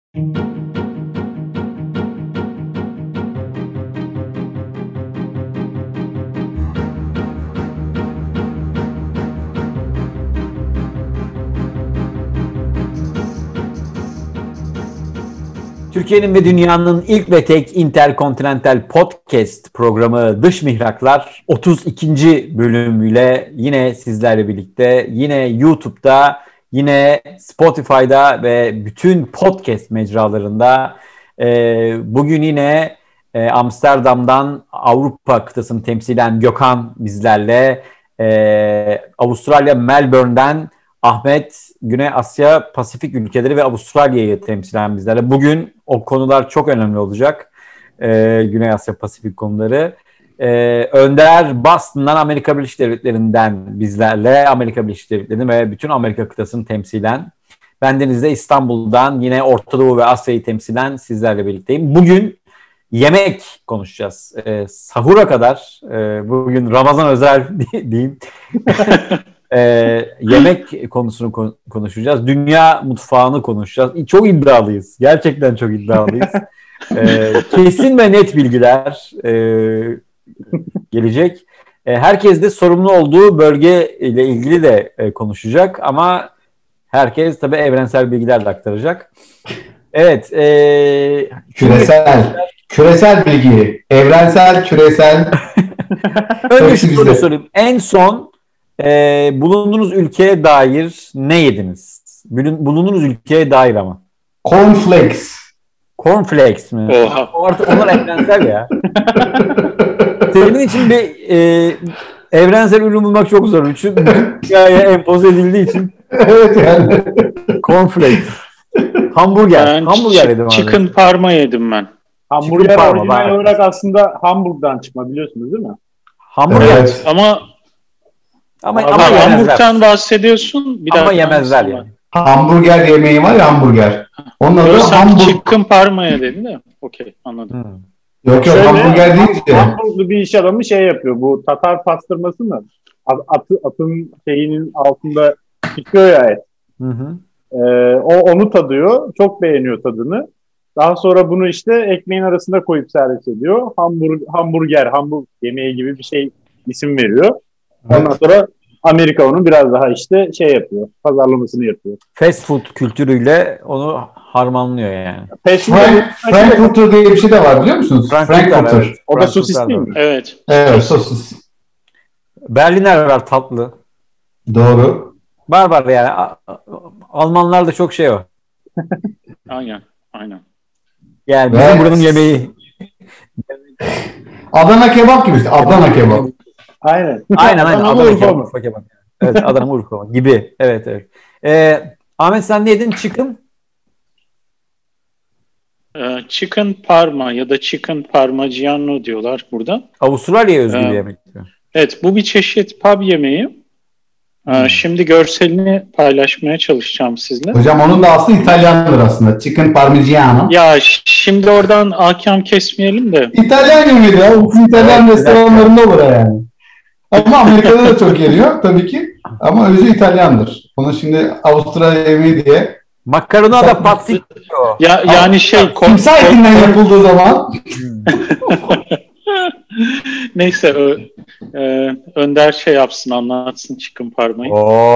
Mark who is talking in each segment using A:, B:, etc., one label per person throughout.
A: Türkiye'nin ve dünyanın ilk ve tek interkontinental podcast programı Dış Mihraklar 32. bölümüyle yine sizlerle birlikte, yine YouTube'da, yine Spotify'da ve bütün podcast mecralarında. Bugün yine Amsterdam'dan Avrupa kıtasını temsilen Gökhan bizlerle, Avustralya Melbourne'den Ahmet, Güney Asya, Pasifik ülkeleri ve Avustralya'yı temsilen bizlerle. Bugün o konular çok önemli olacak. Güney Asya, Pasifik konuları. Önder Boston'dan, Amerika Birleşik Devletleri'nden bizlerle. Amerika Birleşik Devletleri'ni ve bütün Amerika kıtasını temsilen. Bendeniz de İstanbul'dan yine Orta Doğu ve Asya'yı temsilen sizlerle birlikteyim. Bugün yemek konuşacağız. Sahura kadar, bugün Ramazan özel diyeyim. Yemek konusunu konuşacağız. Dünya mutfağını konuşacağız. Çok iddialıyız. Gerçekten çok iddialıyız. Kesin ve net bilgiler gelecek. Herkes de sorumlu olduğu bölge ile ilgili de konuşacak ama herkes tabii evrensel bilgiler de aktaracak. Evet.
B: Küresel bilgi. Evrensel, küresel.
A: Önce şunu sorayım. En son bulunduğunuz ülkeye dair ne yediniz? Bulunduğunuz ülkeye dair ama.
B: Cornflakes.
A: Cornflakes mi?
C: Oha.
A: Artık onlar evrensel ya. Senin için bir evrensel ürün bulmak çok zor. Çünkü dünyaya empoze edildiği için.
B: Evet yani.
A: Cornflakes. Hamburger.
C: Ben
A: Hamburger yedim abi.
C: Chicken parma yedim ben.
D: Hamburger
A: parma,
D: orijinal
A: bayağı.
D: olarak aslında Hamburg'dan çıkma, biliyorsunuz değil mi?
A: Hamburger.
B: Evet.
C: Ama
A: yemezler.
C: Hamburg'tan bahsediyorsun. Bir
A: Ama
C: daha
A: yemezler yani.
B: Hamburger yemeği var ya, hamburger. Onun adı
C: Sen
B: hamburger.
C: chicken parmaya dedin de. Okey, anladım.
B: Yok
D: Şöyle,
B: hamburger deyince.
D: Hamburglu bir iş adamı şey yapıyor. Bu Tatar pastırması mı? Atın şeyinin altında pişiyor ya et.
A: Hı hı.
D: O onu tadıyor. Çok beğeniyor tadını. Daha sonra bunu işte ekmeğin arasında koyup servis ediyor. Hamburger yemeği gibi bir şey isim veriyor. Ondan sonra Amerika onun biraz daha işte şey yapıyor. Pazarlamasını yapıyor.
A: Fast food kültürüyle onu harmanlıyor yani.
B: Frankfurter diye bir şey de var, biliyor musunuz? Frankfurter.
A: Evet.
D: O da sosis değil mi?
C: Evet.
B: Evet, sosis.
A: Berliner var tatlı.
B: Doğru.
A: Var yani. Almanlar da çok şey o.
C: Aynen.
A: Yani bizim buranın yemeği.
B: Adana kebap gibi işte. Adana kebap.
D: Aynen.
A: Aynen. Adana
D: Urfa mı?
A: kebap. Evet, Adana Urfa gibi. Evet. Ahmet, sen ne yedin? Chicken?
C: Chicken parma ya da chicken parmigiano diyorlar burada.
A: Avustralya'ya özgü bir yemek.
C: Evet, bu bir çeşit pub yemeği. Şimdi görselini paylaşmaya çalışacağım sizle.
B: Hocam onun da aslı İtalyandır aslında. Chicken parmigiano.
C: Ya şimdi oradan ahkam kesmeyelim de.
B: İtalyan yemeği ya. İtalyan restoranlarında olur yani. Ama Amerika'da da çok geliyor tabii ki. Ama özü İtalyandır. Onu şimdi Avustralya yemeği diye.
A: Makarona da patsik.
C: Yani
B: Timsah etinden yapıldığı zaman.
C: Neyse Önder şey yapsın, anlatsın chicken parmayı.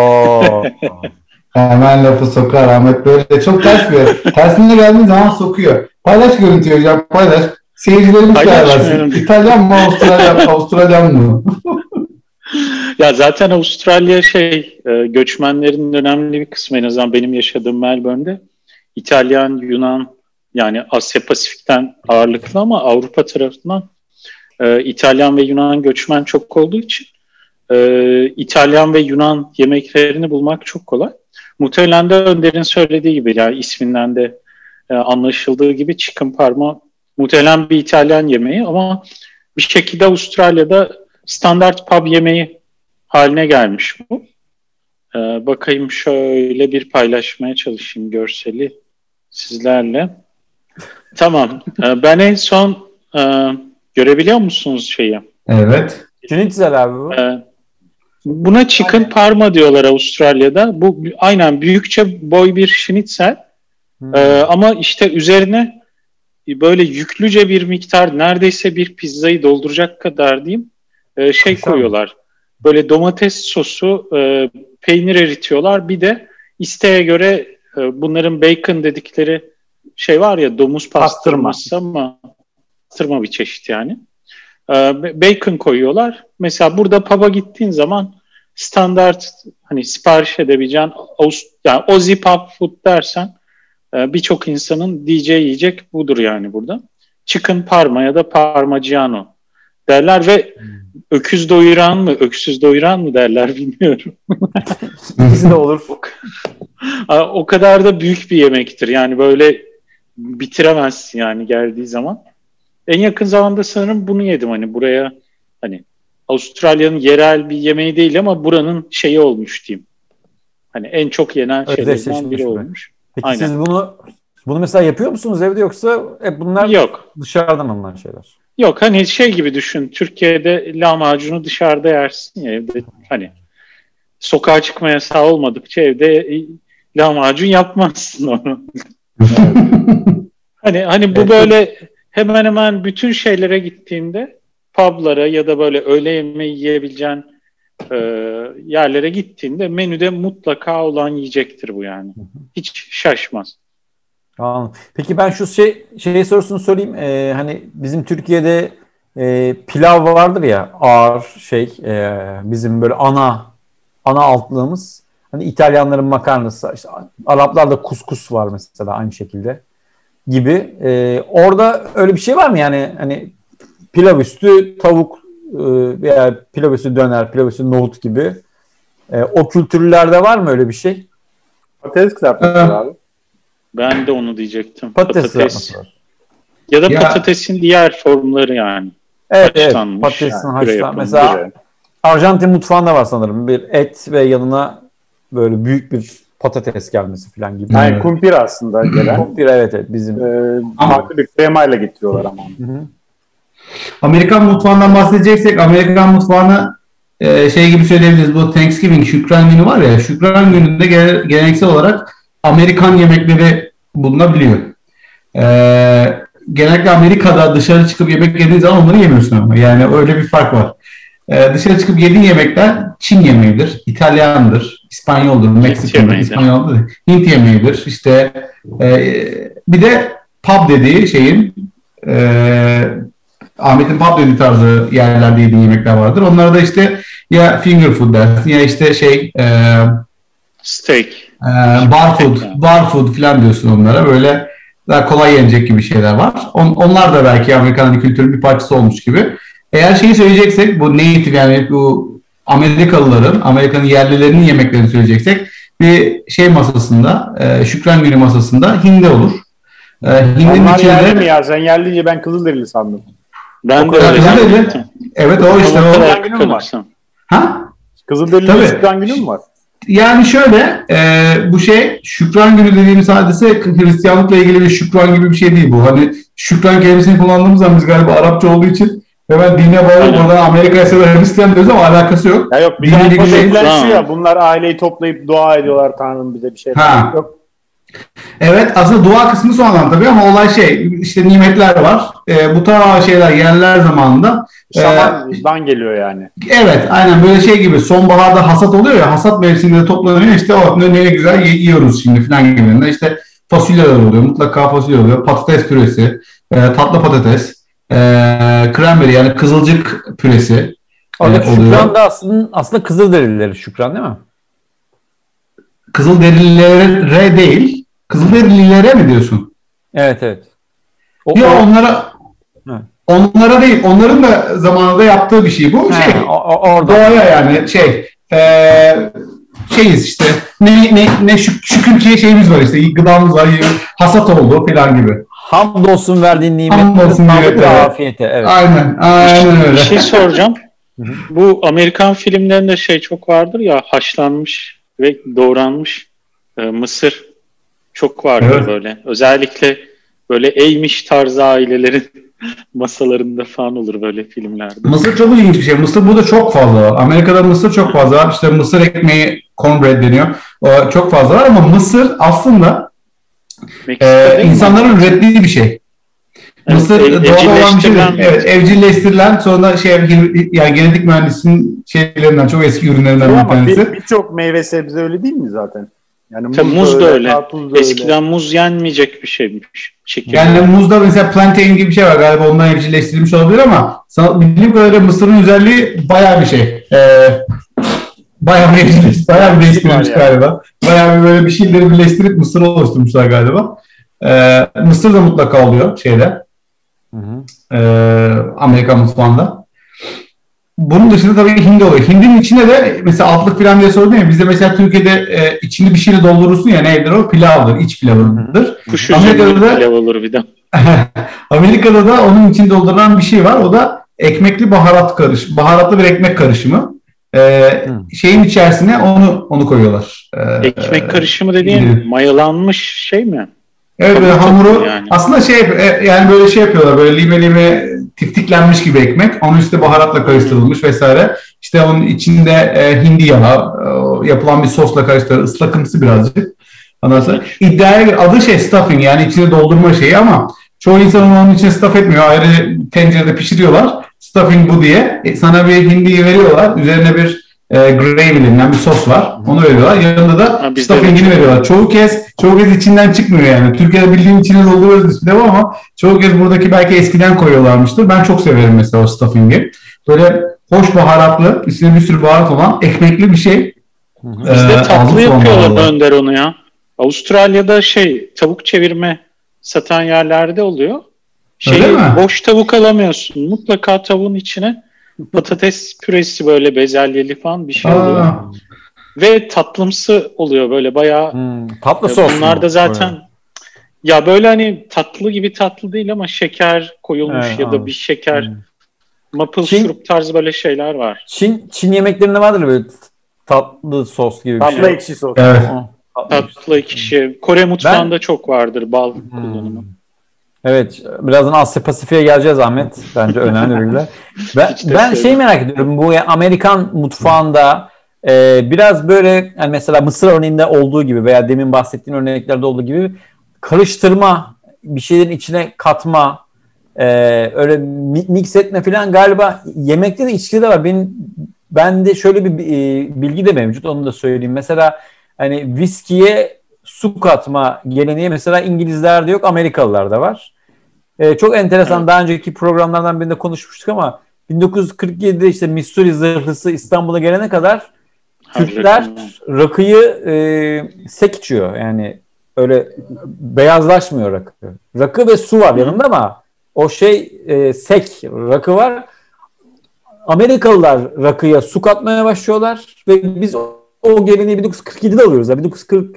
B: Hemen lafı sokar Ahmet, böyle çok ters bir yer. Tersine geldiği zaman sokuyor. Paylaş görüntüyü hocam, paylaş. Seyircilerimiz karar versin. İtalyan mı Avustralyan mı?
C: Ya zaten Avustralya göçmenlerin önemli bir kısmı, en azından benim yaşadığım Melbourne'de İtalyan, Yunan, yani Asya Pasifik'ten ağırlıklı ama Avrupa tarafından İtalyan ve Yunan göçmen çok olduğu için İtalyan ve Yunan yemeklerini bulmak çok kolay. Muhtemelen de Önder'in söylediği gibi, yani isminden de anlaşıldığı gibi chicken parma muhtemelen bir İtalyan yemeği ama bir şekilde Avustralya'da standart pub yemeği haline gelmiş bu. Bakayım, şöyle bir paylaşmaya çalışayım görseli sizlerle. Tamam. Ben en son görebiliyor musunuz şeyi?
B: Evet.
A: Schnitzel abi bu.
C: Buna chicken parma diyorlar Avustralya'da. Bu aynen büyükçe boy bir schnitzel. Ama işte üzerine böyle yüklüce bir miktar, neredeyse bir pizzayı dolduracak kadar diyeyim, koyuyorlar. Böyle domates sosu, peynir eritiyorlar. Bir de isteğe göre bunların bacon dedikleri şey var ya, domuz pastırması ama pastırma bir çeşit yani. Bacon koyuyorlar. Mesela burada pub'a gittiğin zaman standart, hani sipariş edebileceğin, yani Aussie pub food dersen birçok insanın diyeceği yiyecek budur yani burada. Chicken parma ya da parmigiano derler ve öküz doyuran mı, öksüz doyuran mı derler bilmiyorum.
A: İkisi de olur.
C: O kadar da büyük bir yemektir. Yani böyle bitiremezsin yani geldiği zaman. En yakın zamanda sanırım bunu yedim, hani buraya, hani Avustralya'nın yerel bir yemeği değil ama buranın şeyi olmuş diyeyim. Hani en çok yenen şeylerden biri olmuş.
A: Peki aynen. Siz bunu mesela yapıyor musunuz evde, yoksa hep bunlar
C: yok,
A: dışarıdan alınan şeyler?
C: Yok, hani şey gibi düşün. Türkiye'de lahmacunu dışarıda yersin ya, evde hani sokağa çıkma yasağı olmadıkça evde lahmacun yapmazsın onu. hani bu böyle hemen hemen bütün şeylere gittiğinde, publara ya da böyle öğle yemeği yiyebileceğin yerlere gittiğinde menüde mutlaka olan yiyecektir bu yani. Hiç şaşmaz.
A: Anladım. Peki ben şu şey sorusunu sorayım. Hani bizim Türkiye'de pilav vardır ya, ağır bizim böyle ana altlığımız. Hani İtalyanların makarnası, işte Araplarda kuskus var mesela aynı şekilde gibi. Orada öyle bir şey var mı yani, hani pilav üstü tavuk veya pilav üstü döner, pilav üstü nohut gibi. O kültürlerde var mı öyle bir şey?
D: Patates kızartması abi.
C: Ben de onu diyecektim.
A: Patates.
C: Ya da patatesin diğer formları yani.
A: Evet. Patatesin haşlanması. Mesela Arjantin mutfağında var sanırım. Bir et ve yanına böyle büyük bir patates gelmesi falan gibi.
D: Yani kumpir aslında gelen.
A: Kumpir, evet bizim.
D: Farklı bir kremayla getiriyorlar ama.
B: Amerikan mutfağından bahsedeceksek, Amerikan mutfağını gibi söyleyebiliriz. Bu Thanksgiving, Şükran Günü var ya, Şükran Günü'nde geleneksel olarak Amerikan yemekleri bulunabiliyor. Genellikle Amerika'da dışarı çıkıp yemek yediğin zaman onları yemiyorsun ama. Yani öyle bir fark var. Dışarı çıkıp yediğin yemekler Çin yemeğidir, İtalyandır, İspanyoldur, Meksikandır, İspanyoldur, Hint yemeğidir. İşte bir de pub dediği şeyin Ahmet'in pub dediği tarzı yerlerde yediği yemekler vardır. Onlara da işte ya finger food dersin ya işte
C: steak.
B: Bar food falan diyorsun onlara. Böyle daha kolay yenecek gibi şeyler var. Onlar da belki Amerikan kültürünün bir parçası olmuş gibi. Eğer şeyi söyleyeceksek, bu native yani bu Amerikalıların, Amerika'nın yerlilerinin yemeklerini söyleyeceksek, bir şey masasında, Şükran Günü masasında hindi olur.
D: Onlar yerli mi ya? Sen yerli deyince ben Kızılderili sandım.
C: Ben de öyle.
B: Evet, o işte o.
D: Şükran Günü mü var?
B: Ha?
D: Kızılderili'nin Şükran Günü mü var?
B: Yani şöyle, bu Şükran Günü dediğimiz hadise Hristiyanlıkla ilgili bir şükran gibi bir şey değil bu. Hani şükran kelimesini kullandığımız zaman biz galiba Arapça olduğu için ve ben dine bağlı buradan Amerika'ya sever Hristiyan diyoruz ama alakası yok.
D: Ya yok, bir tane ya, bunlar aileyi toplayıp dua ediyorlar, Tanrım bize bir şey. Yok.
B: Evet, aslında dua kısmı sonradan tabii ama olay işte nimetler var. Bu tarz şeyler yerler zamanında.
D: Şamandan geliyor yani.
B: Evet, aynen böyle gibi sonbaharda hasat oluyor ya, hasat mevsiminde toplanıyor, işte o ne güzel yiyoruz şimdi falan gibi. İşte fasulyeler oluyor, mutlaka fasulye oluyor, patates püresi, tatlı patates, cranberry yani kızılcık püresi
A: oluyor. Şükran da aslında Kızılderilileri Şükran değil mi?
B: Kızılderililere değil. Kızılderililere mi diyorsun?
A: Evet.
B: Yok, onlara değil. Onların da zamanında yaptığı bir şey bu. Doğaya yani şeyiz işte. Ne şükür ki şeyimiz var işte. Gıdamız var. Hasat oldu falan gibi.
A: Hamdolsun verdiğin nimetler, afiyete. Evet.
B: Aynen öyle.
C: Bir şey soracağım. Bu Amerikan filmlerinde çok vardır ya, haşlanmış ve doğranmış mısır çok vardır, evet. Böyle. Özellikle böyle eğmiş tarzı ailelerin masalarında falan olur böyle filmlerde.
B: Mısır çok ilginç bir şey. Mısır burada çok fazla var. Amerika'da mısır çok fazla var. İşte mısır ekmeği, cornbread deniyor. O çok fazla var ama mısır aslında İnsanların ürettiği bir şey. Mısır doğada olan bir şey değil. Evet, evcilleştirilen sonra yani genetik mühendisliğinin şeylerinden, çok eski ürünlerinden bir tanesi.
D: Birçok meyve sebze öyle değil mi zaten?
C: Yani muz da öyle. Eskiden muz yenmeyecek bir şeymiş.
B: Yani muzda mesela plantain gibi bir şey var galiba, ondan evcilleştirilmiş olabilir ama bildiğim kadarıyla Mısır'ın özelliği bayağı bir şey. Bayağı bir birleştirilmiş galiba. Bayağı bir böyle bir şeyleri birleştirip Mısır'ı oluşturmuşlar galiba. Mısır da mutlaka oluyor şeyde. Amerika mutfağında. Bunun dışında tabii hindi oluyor. Hindinin içine de mesela altlık falan diye sordun ya, bizde mesela Türkiye'de içini bir şeyle doldurursun ya, nedir o? Pilavdır, iç pilavıdır.
C: Kuş üzümlü pilav olur bir de.
B: Amerika'da da onun için doldurulan bir şey var. O da ekmekli baharatlı bir ekmek karışımı. Şeyin içerisine onu koyuyorlar.
C: Ekmek karışımı dediğin mayalanmış şey mi?
B: Evet, böyle hamuru yani. Aslında yani böyle şey yapıyorlar, böyle lime tiftiklenmiş gibi ekmek, onun üstüne baharatla karıştırılmış vesaire. İşte onun içinde hindi yağı yapılan bir sosla karıştırılır, ıslakımsı birazcık. Ondan sonra iddiaya adı stuffing, yani içine doldurma şeyi, ama çoğu insan onun içine stuff etmiyor, ayrı tencerede pişiriyorlar. Stuffing bu diye. Sana bir hindiyi veriyorlar, üzerine bir gravy denilen bir sos var. Onu veriyorlar. Yanında da stuffing'ini veriyorlar. Çoğu kez içinden çıkmıyor yani. Türkiye'de bildiğim içine dolduruyoruz biz pilavı ama çoğu kez buradaki belki eskiden koyuyorlarmıştır. Ben çok severim mesela o stuffing'i. Böyle hoş baharatlı, üstüne bir sürü baharat olan ekmekli bir şey.
C: Bizde tatlı yapıyorlar Önder onu ya. Avustralya'da tavuk çevirme satan yerlerde oluyor. Boş tavuk alamıyorsun. Mutlaka tavuğun içine patates püresi, böyle bezelyeli falan bir şey oluyor. Ve tatlımsı oluyor böyle bayağı.
A: Tatlı sos.
C: Bunlar da zaten böyle. Ya böyle hani tatlı gibi tatlı değil ama şeker koyulmuş ya da bir şeker maple şurup tarzı böyle şeyler var.
A: Çin yemeklerinde vardır böyle tatlı sos gibi bir şey.
D: Tatlı ekşi sos.
B: Evet.
C: Tatlı ekşi. Kore mutfağında çok vardır bal kullanımı.
A: Evet, birazdan Asya Pasifik'e geleceğiz Ahmet. Bence önemli bilgiler. Ben merak ediyorum. Bu Amerikan mutfağında biraz böyle yani mesela Mısır örneğinde olduğu gibi veya demin bahsettiğin örneklerde olduğu gibi karıştırma, bir şeylerin içine katma, öyle mix etme falan galiba yemekte de içkide de var. Bende şöyle bir bilgi de mevcut. Onu da söyleyeyim. Mesela hani viskiye su katma geleneği mesela İngilizlerde yok, Amerikalılarda var. Çok enteresan, evet. Daha önceki programlardan birinde konuşmuştuk ama 1947'de işte Missouri zırhlısı İstanbul'a gelene kadar Türkler rakıyı sek içiyor. Yani öyle beyazlaşmıyor rakı. Rakı ve su var yanında ama o sek rakı var. Amerikalılar rakıya su katmaya başlıyorlar ve biz o geleneği 1947'de alıyoruz. Yani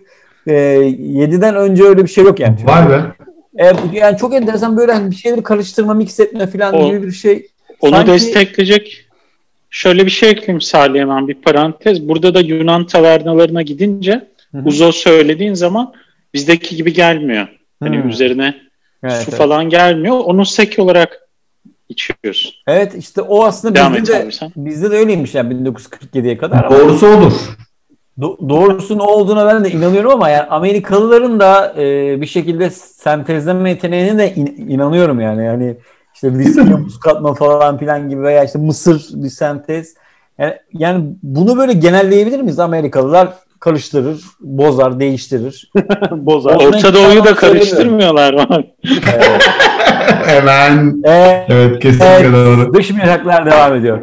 A: 1947'den önce öyle bir şey yok yani.
B: Var be.
A: Yani çok enteresan, böyle bir şeyleri karıştırma, mix etme falan gibi bir şey.
C: Onu sanki destekleyecek şöyle bir şey ekleyeyim Salih, hemen bir parantez. Burada da Yunan tavernalarına gidince uzo söylediğin zaman bizdeki gibi gelmiyor. Hani üzerine su falan gelmiyor. Onu sek olarak içiyoruz.
A: Evet, işte o aslında bizde de öyleymiş yani 1947'ye kadar.
B: Doğrusu odur.
A: Doğrusunun o olduğuna ben de inanıyorum ama yani Amerikalıların da bir şekilde sentezleme yeteneğine de inanıyorum yani. Yani işte viskiye buz katma falan filan gibi veya işte mısır bir sentez. Yani bunu böyle genelleyebilir miyiz? Amerikalılar karıştırır, bozar, değiştirir.
C: Bozar. Orta Doğu'yu da karıştırmıyorlar mı?
A: Evet.
B: Hemen. Evet, kesinlikle doğru.
A: Dış mihraklar devam ediyor.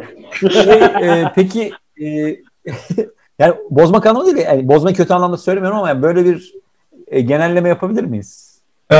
A: Peki yani bozmak anlamı değil. Yani bozma kötü anlamda söylemiyorum ama yani böyle bir genelleme yapabilir miyiz?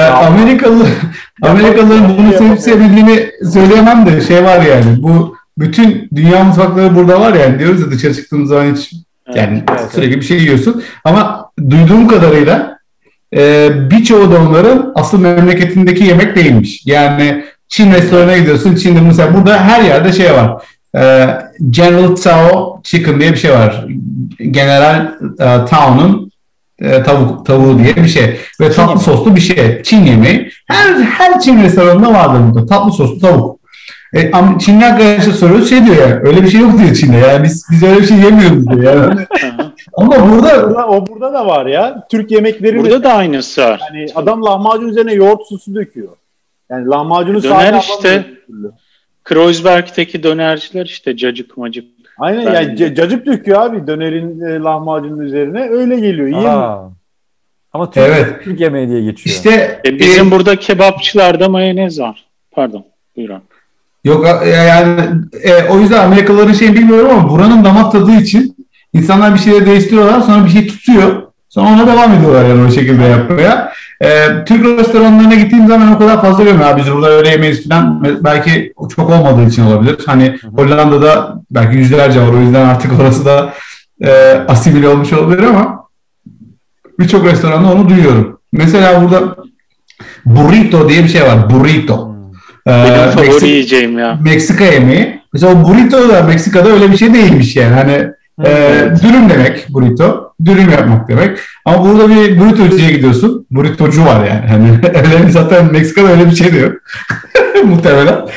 B: Amerikalıların bunu sevip sevmediğini söyleyemem de var yani. Bu bütün dünya mutfakları burada var yani, diyoruz ya dışarı çıktığımız zaman hiç sürekli bir şey yiyorsun. Ama duyduğum kadarıyla birçoğu da onların asıl memleketindeki yemek değilmiş. Yani Çin restoranına gidiyorsun. Çin'de mesela burada her yerde var. General Tao Chicken diye bir şey var. General Tao'nun tavuğu diye bir şey. Ve Çin tatlı soslu bir şey. Çin yemeği. Her Çin restoranında vardır burada. Tatlı soslu tavuk. Çinli arkadaşlar soruyoruz diyor yani. Öyle bir şey yok diyor Çin'de. Yani biz öyle bir şey yemiyoruz diyor. Yani. Ama
D: burada da var ya. Türk yemekleri
C: burada da aynısı var.
D: Yani adam lahmacun üzerine yoğurt sosu döküyor. Yani lahmacunu
C: döner işte. Kreuzberg'teki dönerciler işte cacık macık.
D: Aynen yani cacık döküyor abi dönerin lahmacunun üzerine. Öyle geliyor.
A: Ama Türk yemeği diye geçiyor.
B: İşte
C: bizim burada kebapçılarda mayonez var. Pardon. Buyurun.
B: Yok yani o yüzden Amerikalıların şeyini bilmiyorum ama buranın damak tadı için insanlar bir şeyleri değiştiriyorlar, sonra bir şey tutuyor. Sonra ona devam ediyorlar yani o şekilde yapmaya. Türk restoranlarına gittiğim zaman o kadar fazla görmüyorum. Biz burada öyle yemeyiz falan. Belki çok olmadığı için olabilir. Hani Hollanda'da belki yüzlerce var. O yüzden artık orası da asimile olmuş olabilir ama birçok restoranda onu duyuyorum. Mesela burada burrito diye bir şey var. Burrito.
C: Benim favori yiyeceğim ya.
B: Meksika yemeği. Mesela o burrito da Meksika'da öyle bir şey değilmiş yani. Hani dürüm demek burrito. Dürüm yapmak demek. Ama burada bir burritocuya gidiyorsun. Burritocu var yani. Hani öyle zaten Meksika'da öyle bir şey diyor. Muhtemelen.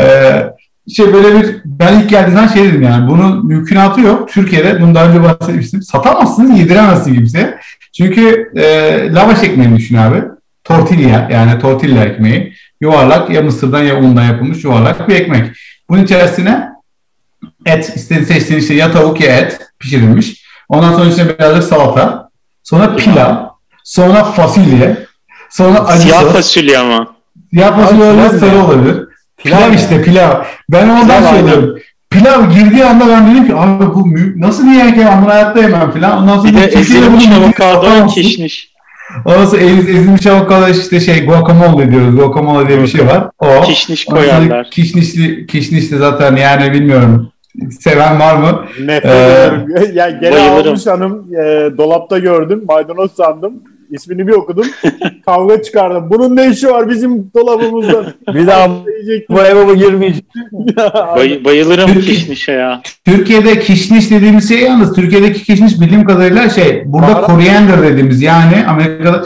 B: Böyle ben ilk geldiğim zaman dedim yani. Bunun mümkünatı yok. Türkiye'de bunu daha önce bahsetmiştim. Satamazsınız, yediremezsiniz kimseye. Çünkü lavaş ekmeğini düşün abi. Tortilla yani tortilla ekmeği. Yuvarlak ya mısırdan ya undan yapılmış yuvarlak bir ekmek. Bunun içerisine et seçtiğin işte ya tavuk ya et pişirilmiş. Ondan sonra içine birazcık salata. Sonra pilav. Sonra fasulye. Sonra acı
C: siyah
B: sos.
C: Fasulye ama.
B: Siyah fasulye olabilir, sarı olabilir. Pilav işte pilav. Ben ondan söylüyorum. Pilav girdiği anda ben dedim ki abi bu nasıl bir yemek ya? Bunu hayatta yemem falan. Ondan sonra
C: bir de ezilmiş avokado kişniş.
B: Ondan sonra ezilmiş avokado işte guacamole diyoruz. Guacamole diye bir şey var. O.
C: Kişniş koyarlar.
B: Kişnişli zaten yani bilmiyorum. Seven var mı?
D: Nefret ediyorum. Ya gene almış hanım dolapta gördüm. Maydanoz sandım. İsmini bir okudum. Kavga çıkardım. Bunun ne işi var bizim dolabımızda?
A: Bir daha bu eve girmeyecek.
C: Bayılırım kişnişe ya.
B: Türkiye'de kişniş dediğimiz şey yalnız Türkiye'deki kişniş bildiğim kadarıyla burada koriander dediğimiz yani Amerika'da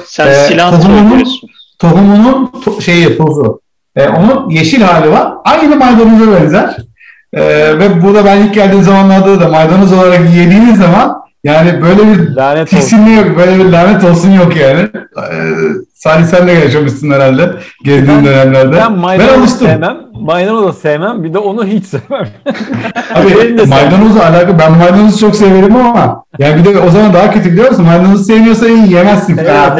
B: tohumunun tozu. Onun yeşil hali var. Aynı maydanoza benzer. Ve burada ben ilk geldiğim zamanlarda da maydanoz olarak yediğiniz zaman yani böyle bir tiksinme yok, böyle bir lanet olsun yok yani. Salih sen de yaşamışsın herhalde gezdiğin dönemlerde.
A: Ben maydanozu sevmem, maydanozu da sevmem, bir de onu hiç sevmem.
B: Abi maydanozla alakalı, ben maydanozu çok severim ama yani bir de o zaman daha kötü biliyor musun? Maydanozu sevmiyorsan iyi yemezsin.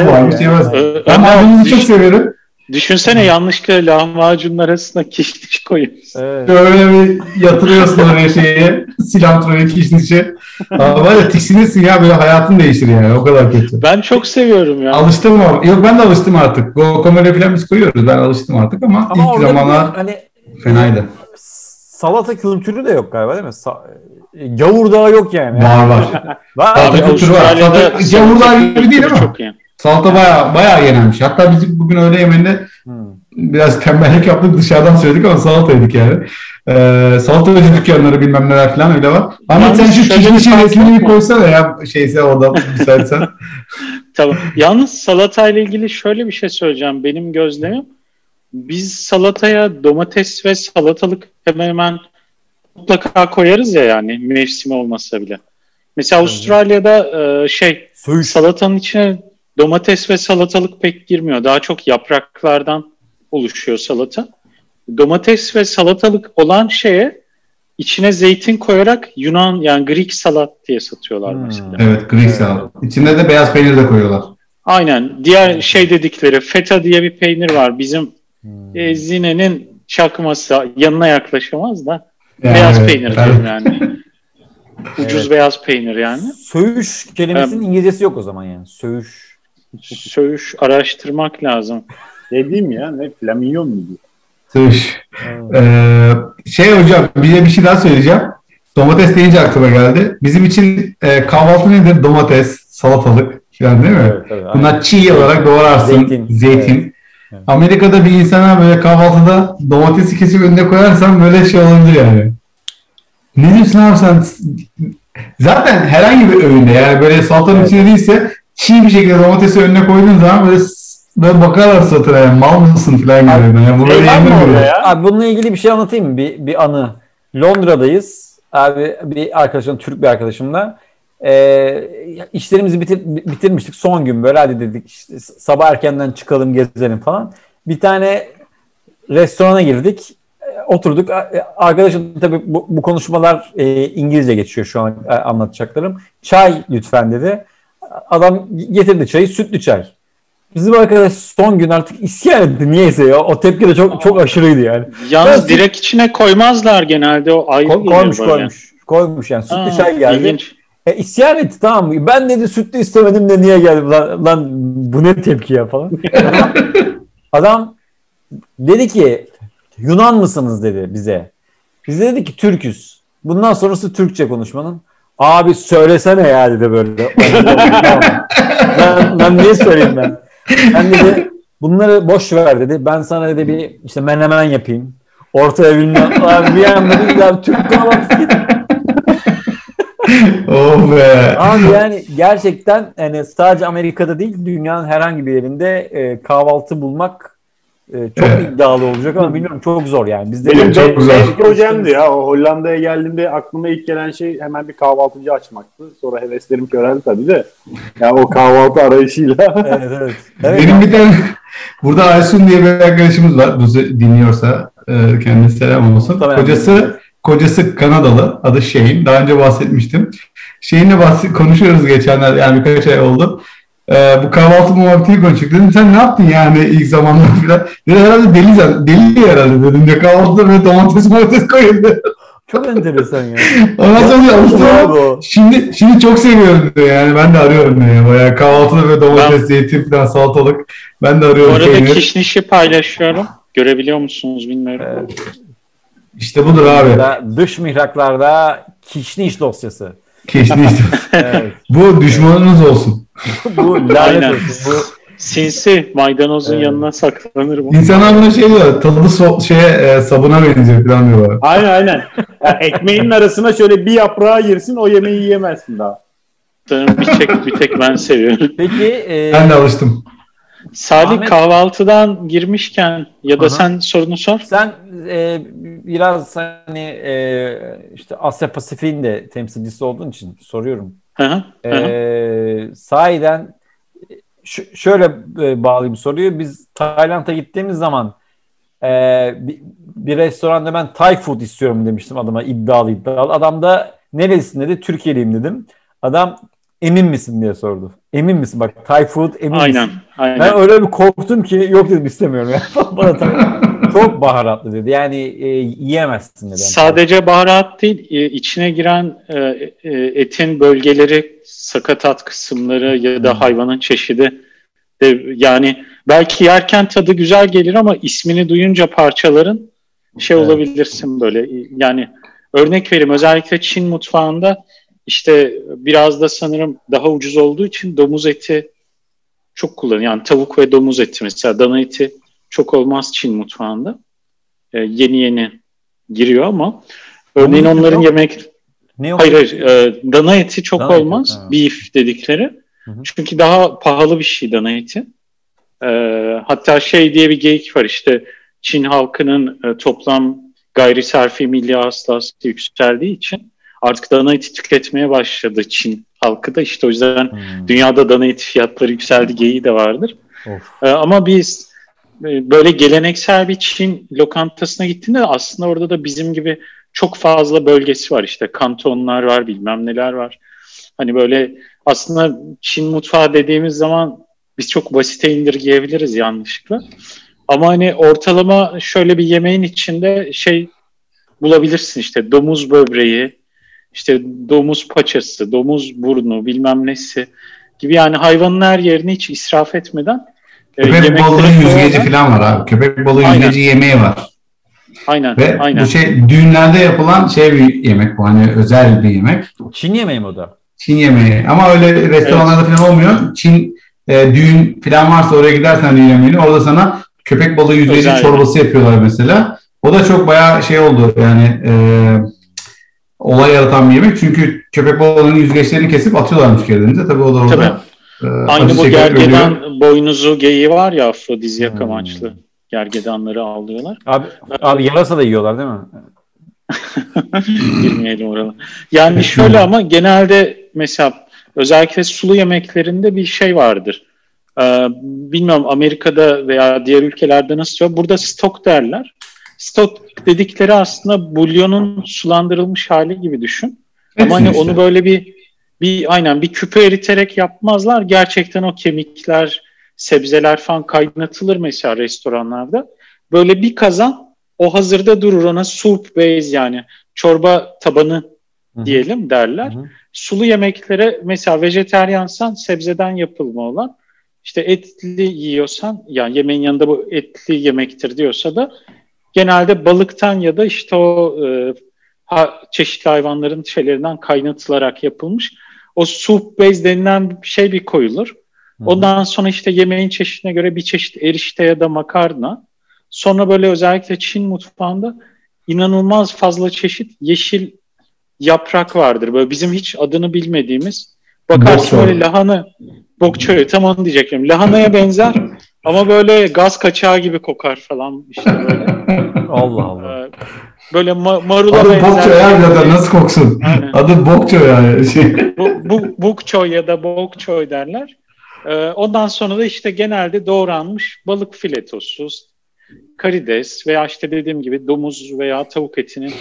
B: Ben maydanozu çok severim.
C: Düşünsene yanlışlıkla lahmacunun arasına kişniş koyuyorsun.
B: Evet. Böyle bir yatırıyorsun oraya silantroyu kişnişi. Var ya tiksinirsin ya böyle hayatın değişir yani o kadar kötü.
C: Ben çok seviyorum ya.
B: Alıştım mı? Yok ben de alıştım artık. Guacamole falan biz koyuyoruz. Ben alıştım artık ama ilk zamanlar fenaydı.
A: Salata kültürü de yok galiba değil mi? Gavurdağ yok yani.
B: Var.
C: Salata kültürü var.
B: Gavurdağ gibi değil ama. Çok iyi. Salata bayağı yenilmiş. Hatta biz bugün öğle yemeğinde biraz tembellik yaptık dışarıdan söyledik ama salata yedik yani. Salatacı dükkanları bilmem neler falan öyle var. Ama sen şu kişnişin resmini bir koysana ya orada müsaitsen.
C: Tamam. Yalnız salatayla ilgili şöyle bir şey söyleyeceğim. Benim gözlemim. Biz salataya domates ve salatalık hemen mutlaka koyarız ya yani mevsimi olmasa bile. Mesela Avustralya'da salatanın içine domates ve salatalık pek girmiyor. Daha çok yapraklardan oluşuyor salata. Domates ve salatalık olan şeye içine zeytin koyarak Yunan yani Greek salat diye satıyorlar mesela.
B: Evet, Greek salat. İçinde de beyaz peynir de koyuyorlar.
C: Aynen. Diğer dedikleri feta diye bir peynir var. Bizim Zine'nin çakması yanına yaklaşamaz da yani, beyaz peynir diyorum yani. Ucuz beyaz peynir yani.
A: Söğüş kelimesinin İngilizcesi yok o zaman yani.
C: Söğüş araştırmak lazım.
D: Dediğim ya ne flamingon muydu?
B: Söğüş. Hocam bir şey daha söyleyeceğim. Domates deyince aklıma geldi. Bizim için kahvaltı nedir? Domates, salatalık falan değil mi? Evet, bunlar çiğ olarak doğrarsın. Zeytin. Evet. Amerika'da bir insana böyle kahvaltıda domatesi kesip önüne koyarsan böyle şey olabilir yani. Ne diyorsun abi sen? Zaten herhangi bir öğünde yani böyle salatanın içinde değilse çiğ bir şekilde domatesi önüne koyduğun zaman böyle böyle bakarlar satır yani mal mısın falan gibi. Yani burada
A: Abi bununla ilgili bir şey anlatayım mı? Bir anı. Londra'dayız. Abi bir arkadaşım, Türk bir arkadaşımla. İşlerimizi bitirmiştik. Son gün böyle hadi dedik işte, sabah erkenden çıkalım gezelim falan. Bir tane restorana girdik. Oturduk. Arkadaşım tabii bu konuşmalar İngilizce geçiyor şu an anlatacaklarım. Çay lütfen dedi. Adam getirdi çayı, sütlü çay. Bizim arkadaş son gün artık isyan etti niyeyse ya. O tepki de çok aşırıydı yani.
C: Yalnız direkt içine koymazlar genelde, o ayrı
A: koymuş yani. Sütlü çay geldi.
C: İlginç.
A: İsyan etti, tamam mı? Ben dedi sütlü istemedim de niye geldim lan bu ne tepki ya falan. Adam dedi ki Yunan mısınız dedi bize. Biz de dedik ki Türküz. Bundan sonrası Türkçe konuşmanın. Abi söylesene ya dedi böyle. ben niye söyleyeyim ben? Ben dedi bunları boş ver dedi. Ben sana dedi bir işte menemen yapayım. Ortaya bilmem. Abi bir anda bir Türk kahvaltısı.
B: Oh be.
A: Abi yani gerçekten yani sadece Amerika'da değil dünyanın herhangi bir yerinde kahvaltı bulmak çok iddialı olacak ama bilmiyorum çok zor yani. Bizde
D: benim çok güzel projemdi ya. O Hollanda'ya geldiğimde aklıma ilk gelen şey hemen bir kahvaltıcı açmaktı. Sonra heveslerim köreldi tabii de. Ya o kahvaltı arayışıyla.
A: Evet.
B: Benim bir tane burada Aysun diye bir arkadaşımız var. Bizi dinliyorsa kendisi selam olsun. Kocası Kanadalı. Adı Shane. Daha önce bahsetmiştim. Shane'le konuşuyoruz geçenler. Yani birkaç ay oldu. Bu kahvaltı muhabbetini konuştuk. Dedim sen ne yaptın yani ilk zamanlar falan. Dedi herhalde deli herhalde dedim. Ya kahvaltıda böyle domates koyuyor.
A: Çok enteresan ya.
B: Ondan sonra alıştım. Şimdi çok seviyorum diyor yani. Ben de arıyorum diyor. Bayağı kahvaltıda böyle domates, zeytin falan, salatalık. Ben de arıyorum.
C: Bu arada kişnişi paylaşıyorum. Görebiliyor musunuz bilmiyorum.
B: İşte budur abi.
A: Dış mihraklarda kişniş dosyası.
B: Kişniş. Evet. Bu düşmanınız olsun.
A: Bu lanet olsun. Bu
C: sinsi maydanozun yanına saklanır bu.
B: İnsanlar buna şey diyor, tadı sabuna benziyor falan diyorlar.
D: Aynen. Yani ekmeğin arasına şöyle bir yaprağı girsin, o yemeği yiyemezsin daha.
C: Bir tek ben seviyorum.
A: Peki.
B: Ben de alıştım.
C: Salih Ahmet, kahvaltıdan girmişken ya da sen sorunu sor.
A: Sen biraz hani işte Asya Pasifik'in de temsilcisi olduğun için soruyorum. Sahiden şöyle bağlayayım soruyu. Biz Tayland'a gittiğimiz zaman bir restoranda ben Thai food istiyorum demiştim adama, iddialı. Adam da nerelisin dedi. Türkiye'liyim dedim. Adam emin misin diye sordu. Emin misin? Bak Thai food emin misin? Aynen. Ben öyle bir korktum ki yok dedim istemiyorum. Bana çok baharatlı dedi. Yani yiyemezsin dedi.
C: Sadece baharat değil, içine giren etin bölgeleri, sakatat kısımları ya da hayvanın çeşidi de, yani belki yerken tadı güzel gelir ama ismini duyunca parçaların olabilirsin böyle. Yani örnek vereyim, özellikle Çin mutfağında işte biraz da sanırım daha ucuz olduğu için domuz eti çok kullanılıyor. Yani tavuk ve domuz eti mesela, dana eti çok olmaz Çin mutfağında. Yeni giriyor ama örneğin onların yemek... Hayır, dana eti çok olmaz. Beef dedikleri. Hı-hı. Çünkü daha pahalı bir şey dana eti. Hatta diye bir geyik var işte, Çin halkının toplam gayri safi milli hasılası yükseldiği için artık dana eti tüketmeye başladı Çin halkı da, işte o yüzden dünyada dana eti fiyatları yükseldi geyiği de vardır. Ama biz böyle geleneksel bir Çin lokantasına gittiğinde aslında orada da bizim gibi çok fazla bölgesi var, işte kantonlar var, bilmem neler var. Hani böyle aslında Çin mutfağı dediğimiz zaman biz çok basite indirgeyebiliriz yanlışlıkla. Ama hani ortalama şöyle bir yemeğin içinde bulabilirsin, işte domuz böbreği, işte domuz paçası, domuz burnu, bilmem nesi gibi, yani hayvanın her yerini hiç israf etmeden.
B: Köpek balığı yüzgeci falan var abi. Köpek balığı yüzgeci yemeği var.
C: Aynen.
B: Ve
C: aynen.
B: Bu düğünlerde yapılan bir yemek bu. Hani özel bir yemek.
A: Çin yemeği mi o da?
B: Çin yemeği. Ama öyle restoranlarda falan olmuyor. Çin düğün falan varsa oraya gidersen düğün yemeğini, orada sana köpek balığı yüzgeci çorbası yapıyorlar mesela. O da çok bayağı oldu yani olay yaratan bir yemek. Çünkü köpek balığının yüzgeçlerini kesip atıyorlarmış denize. Tabii o da orada
C: Aynı bu gergedan boynuzu geyiği var ya, afrodizyak amaçlı. Gergedanları avlıyorlar.
A: Abi yarasa da yiyorlar değil mi?
C: Girmeyelim oraya. Yani şöyle, ama genelde mesela özellikle sulu yemeklerinde bir şey vardır. Bilmiyorum Amerika'da veya diğer ülkelerde nasıl. Burada stok derler. Stok dedikleri aslında bulyonun sulandırılmış hali gibi düşün. Ama hani onu böyle bir küpe eriterek yapmazlar. Gerçekten o kemikler, sebzeler falan kaynatılır mesela restoranlarda. Böyle bir kazan o hazırda durur, ona soup base yani çorba tabanı diyelim derler. Sulu yemeklere mesela vejeteryansan sebzeden yapılma olan, işte etli yiyorsan yani yemeğin yanında bu etli yemektir diyorsa da genelde balıktan ya da işte o çeşitli hayvanların şeylerinden kaynatılarak yapılmış. O soup base denilen bir şey bir koyulur. Ondan sonra işte yemeğin çeşidine göre bir çeşit erişte ya da makarna. Sonra böyle özellikle Çin mutfağında inanılmaz fazla çeşit yeşil yaprak vardır. Böyle bizim hiç adını bilmediğimiz. Bakarsın böyle lahana, bok choy, tam onu diyecektim. Lahanaya benzer ama böyle gaz kaçağı gibi kokar falan işte böyle.
A: Allah Allah.
C: Böyle marula
B: adı
C: benzer. Adı
B: bok choy ya da nasıl koksun?
C: Aynen.
B: Adı bok choy yani.
C: Bok choy ya da bok choy derler. Ondan sonra da işte genelde doğranmış balık filetosu, karides veya işte dediğim gibi domuz veya tavuk etinin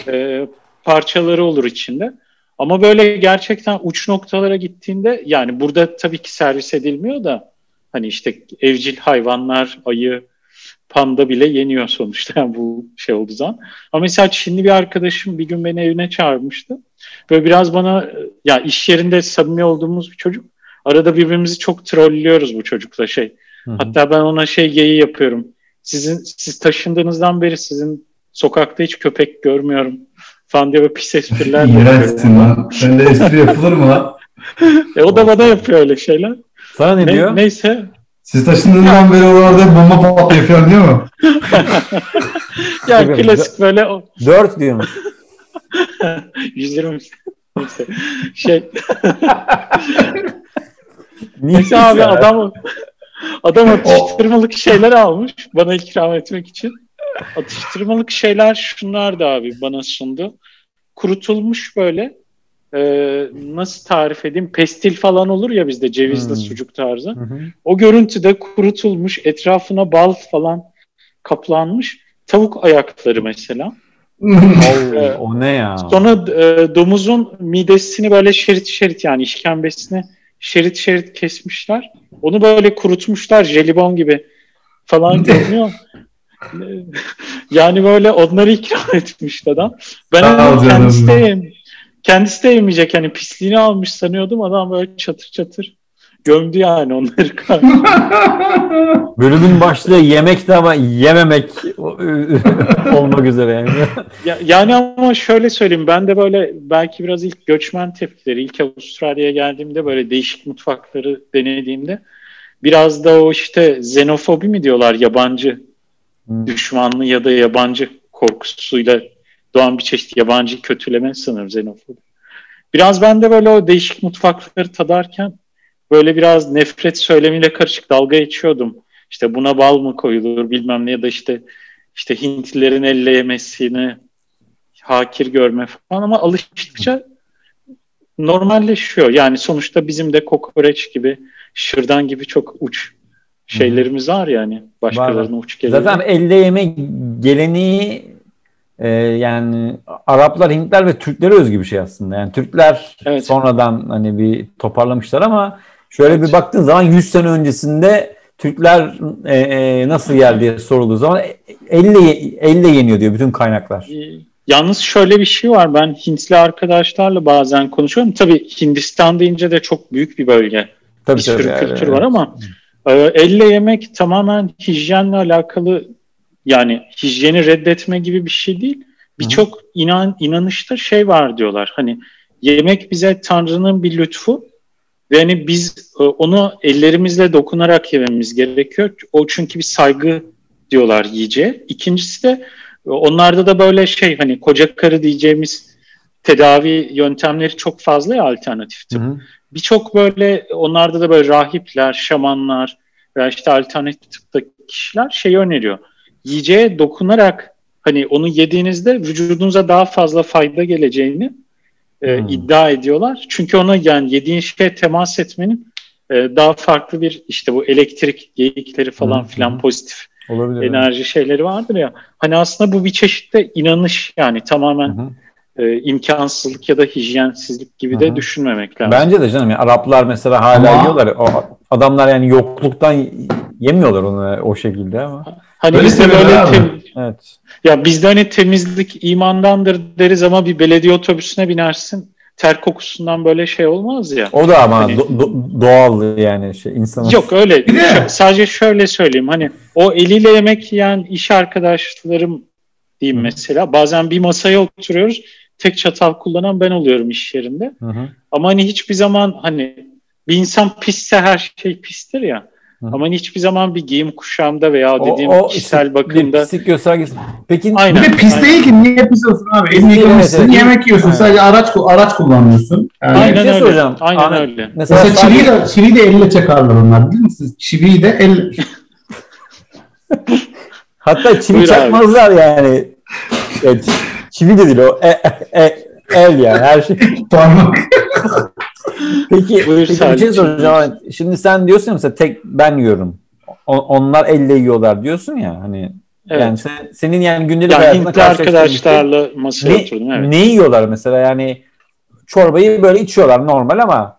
C: parçaları olur içinde. Ama böyle gerçekten uç noktalara gittiğinde, yani burada tabii ki servis edilmiyor da hani işte evcil hayvanlar, ayı, panda bile yeniyor sonuçta yani bu şey olduğu zaman. Ama mesela Çinli bir arkadaşım bir gün beni evine çağırmıştı. Böyle biraz bana, ya iş yerinde samimi olduğumuz bir çocuk. Arada birbirimizi çok trollüyoruz bu çocukla şey. Hatta ben ona geyiği yapıyorum. Siz taşındığınızdan beri sizin sokakta hiç köpek görmüyorum falan diye böyle pis espriler
B: İğrençsin lan. Öyle espri yapılır mı lan?
C: O da bana yapıyor öyle şeyler.
A: Sana ne diyor?
C: Neyse.
B: Siz taşındığından beri oralarda bomba patlıyor falan diyor mu?
C: Ya klasik böyle.
A: 4 diyormuş.
C: 120. Neyse. Neyse abi adam atıştırmalık şeyler almış bana ikram etmek için. Atıştırmalık şeyler şunlardı abi, bana sundu. Kurutulmuş böyle nasıl tarif edeyim, pestil falan olur ya bizde, cevizli sucuk tarzı. O görüntüde kurutulmuş, etrafına bal falan kaplanmış tavuk ayakları mesela.
A: O ne ya?
C: Sonra domuzun midesini böyle şerit şerit, yani işkembesini şerit şerit kesmişler. Onu böyle kurutmuşlar jelibon gibi falan görünüyor. Yani böyle onları ikram etmişti adam. Ben kendisi de yemeyecek, hani pisliğini almış sanıyordum, adam böyle çatır çatır gömdü yani onları.
A: Bölümün başlığı yemekti ama yememek olmak üzere yani.
C: Yani ama şöyle söyleyeyim, ben de böyle belki biraz ilk göçmen tepkileri, ilk Avustralya'ya geldiğimde böyle değişik mutfakları denediğimde biraz da o işte xenofobi mi diyorlar, yabancı düşmanlığı ya da yabancı korkusuyla doğan bir çeşit yabancı kötüleme sanırım xenofobi. Biraz ben de böyle o değişik mutfakları tadarken böyle biraz nefret söylemiyle karışık dalga geçiyordum. İşte buna bal mı koyulur bilmem ne, ya da işte Hintlilerin elle yemesini hakir görme falan, ama alıştıkça normalleşiyor. Yani sonuçta bizim de kokoreç gibi, şırdan gibi çok uç şeylerimiz var yani. Başkalarına uç geliyor.
A: Zaten elle yeme geleneği yani Araplar, Hintler ve Türklere özgü bir şey aslında. Yani Türkler sonradan hani bir toparlamışlar ama şöyle bir baktığın zaman 100 sene öncesinde Türkler nasıl geldi diye sorulduğu zaman elle yeniyor diyor bütün kaynaklar.
C: Yalnız şöyle bir şey var. Ben Hintli arkadaşlarla bazen konuşuyorum. Tabii Hindistan deyince de çok büyük bir bölge. Bir sürü kültür var ama elle yemek tamamen hijyenle alakalı, yani hijyeni reddetme gibi bir şey değil. Birçok inanışta şey var diyorlar. Hani yemek bize Tanrı'nın bir lütfu ve hani biz onu ellerimizle dokunarak yememiz gerekiyor. O çünkü bir saygı diyorlar yiyeceğe. İkincisi de onlarda da böyle hani koca karı diyeceğimiz tedavi yöntemleri çok fazla ya, alternatif tıp. birçok böyle onlarda da böyle rahipler, şamanlar veya işte alternatif tıptaki kişiler şeyi öneriyor. Yiyeceğe dokunarak hani onu yediğinizde vücudunuza daha fazla fayda geleceğini iddia ediyorlar. Çünkü ona yani yediğin şeye temas etmenin daha farklı bir işte bu elektrik geyikleri falan filan pozitif olabilir, enerji şeyleri vardır ya. Hani aslında bu bir çeşit de inanış yani tamamen imkansızlık ya da hijyensizlik gibi de düşünmemek lazım.
A: Bence de canım. Yani Araplar mesela hala yiyorlar. O adamlar yani yokluktan yemiyorlar onu o şekilde ama.
C: Hani böyle bizde böyle
A: evet.
C: Ya bizde hani temizlik imandandır deriz ama bir belediye otobüsüne binersin. Ter kokusundan böyle şey olmaz ya.
A: O da ama hani, doğal yani insanın.
C: Yok öyle. Sadece şöyle söyleyeyim. Hani o eliyle yemek yiyen iş arkadaşlarım diyeyim mesela. Bazen bir masaya oturuyoruz. Tek çatal kullanan ben oluyorum iş yerinde. Ama hani hiçbir zaman hani bir insan pisse her şey pistir ya. Ama hiçbir zaman bir giyim kuşamda veya dediğim kişisel bakımda
A: pislik göstergesi. Peki
B: aynen, bir de pis değil ki niye pis olsun abi? Elini yıkamışsın, yemek yiyorsun. Aynen. Sadece araç kullanıyorsun.
C: Yani aynen öyle. Hocam. Aynen öyle.
B: Mesela çiviyi de elle çakarlar onlar, değil misiniz? Çiviyi de elle.
A: Hatta çivi çakmazlar yani. Çivi de değil o. El yani her şey.
B: Parmak.
A: Peki bir şey soracağım. Şimdi sen diyorsun mesela tek ben yiyorum. Onlar elle yiyorlar diyorsun ya hani. Evet. Yani senin yani gündelik hayatında
C: karşılaştığın arkadaşlarla masaya oturdum. Evet.
A: Ne yiyorlar mesela yani çorbayı böyle içiyorlar normal ama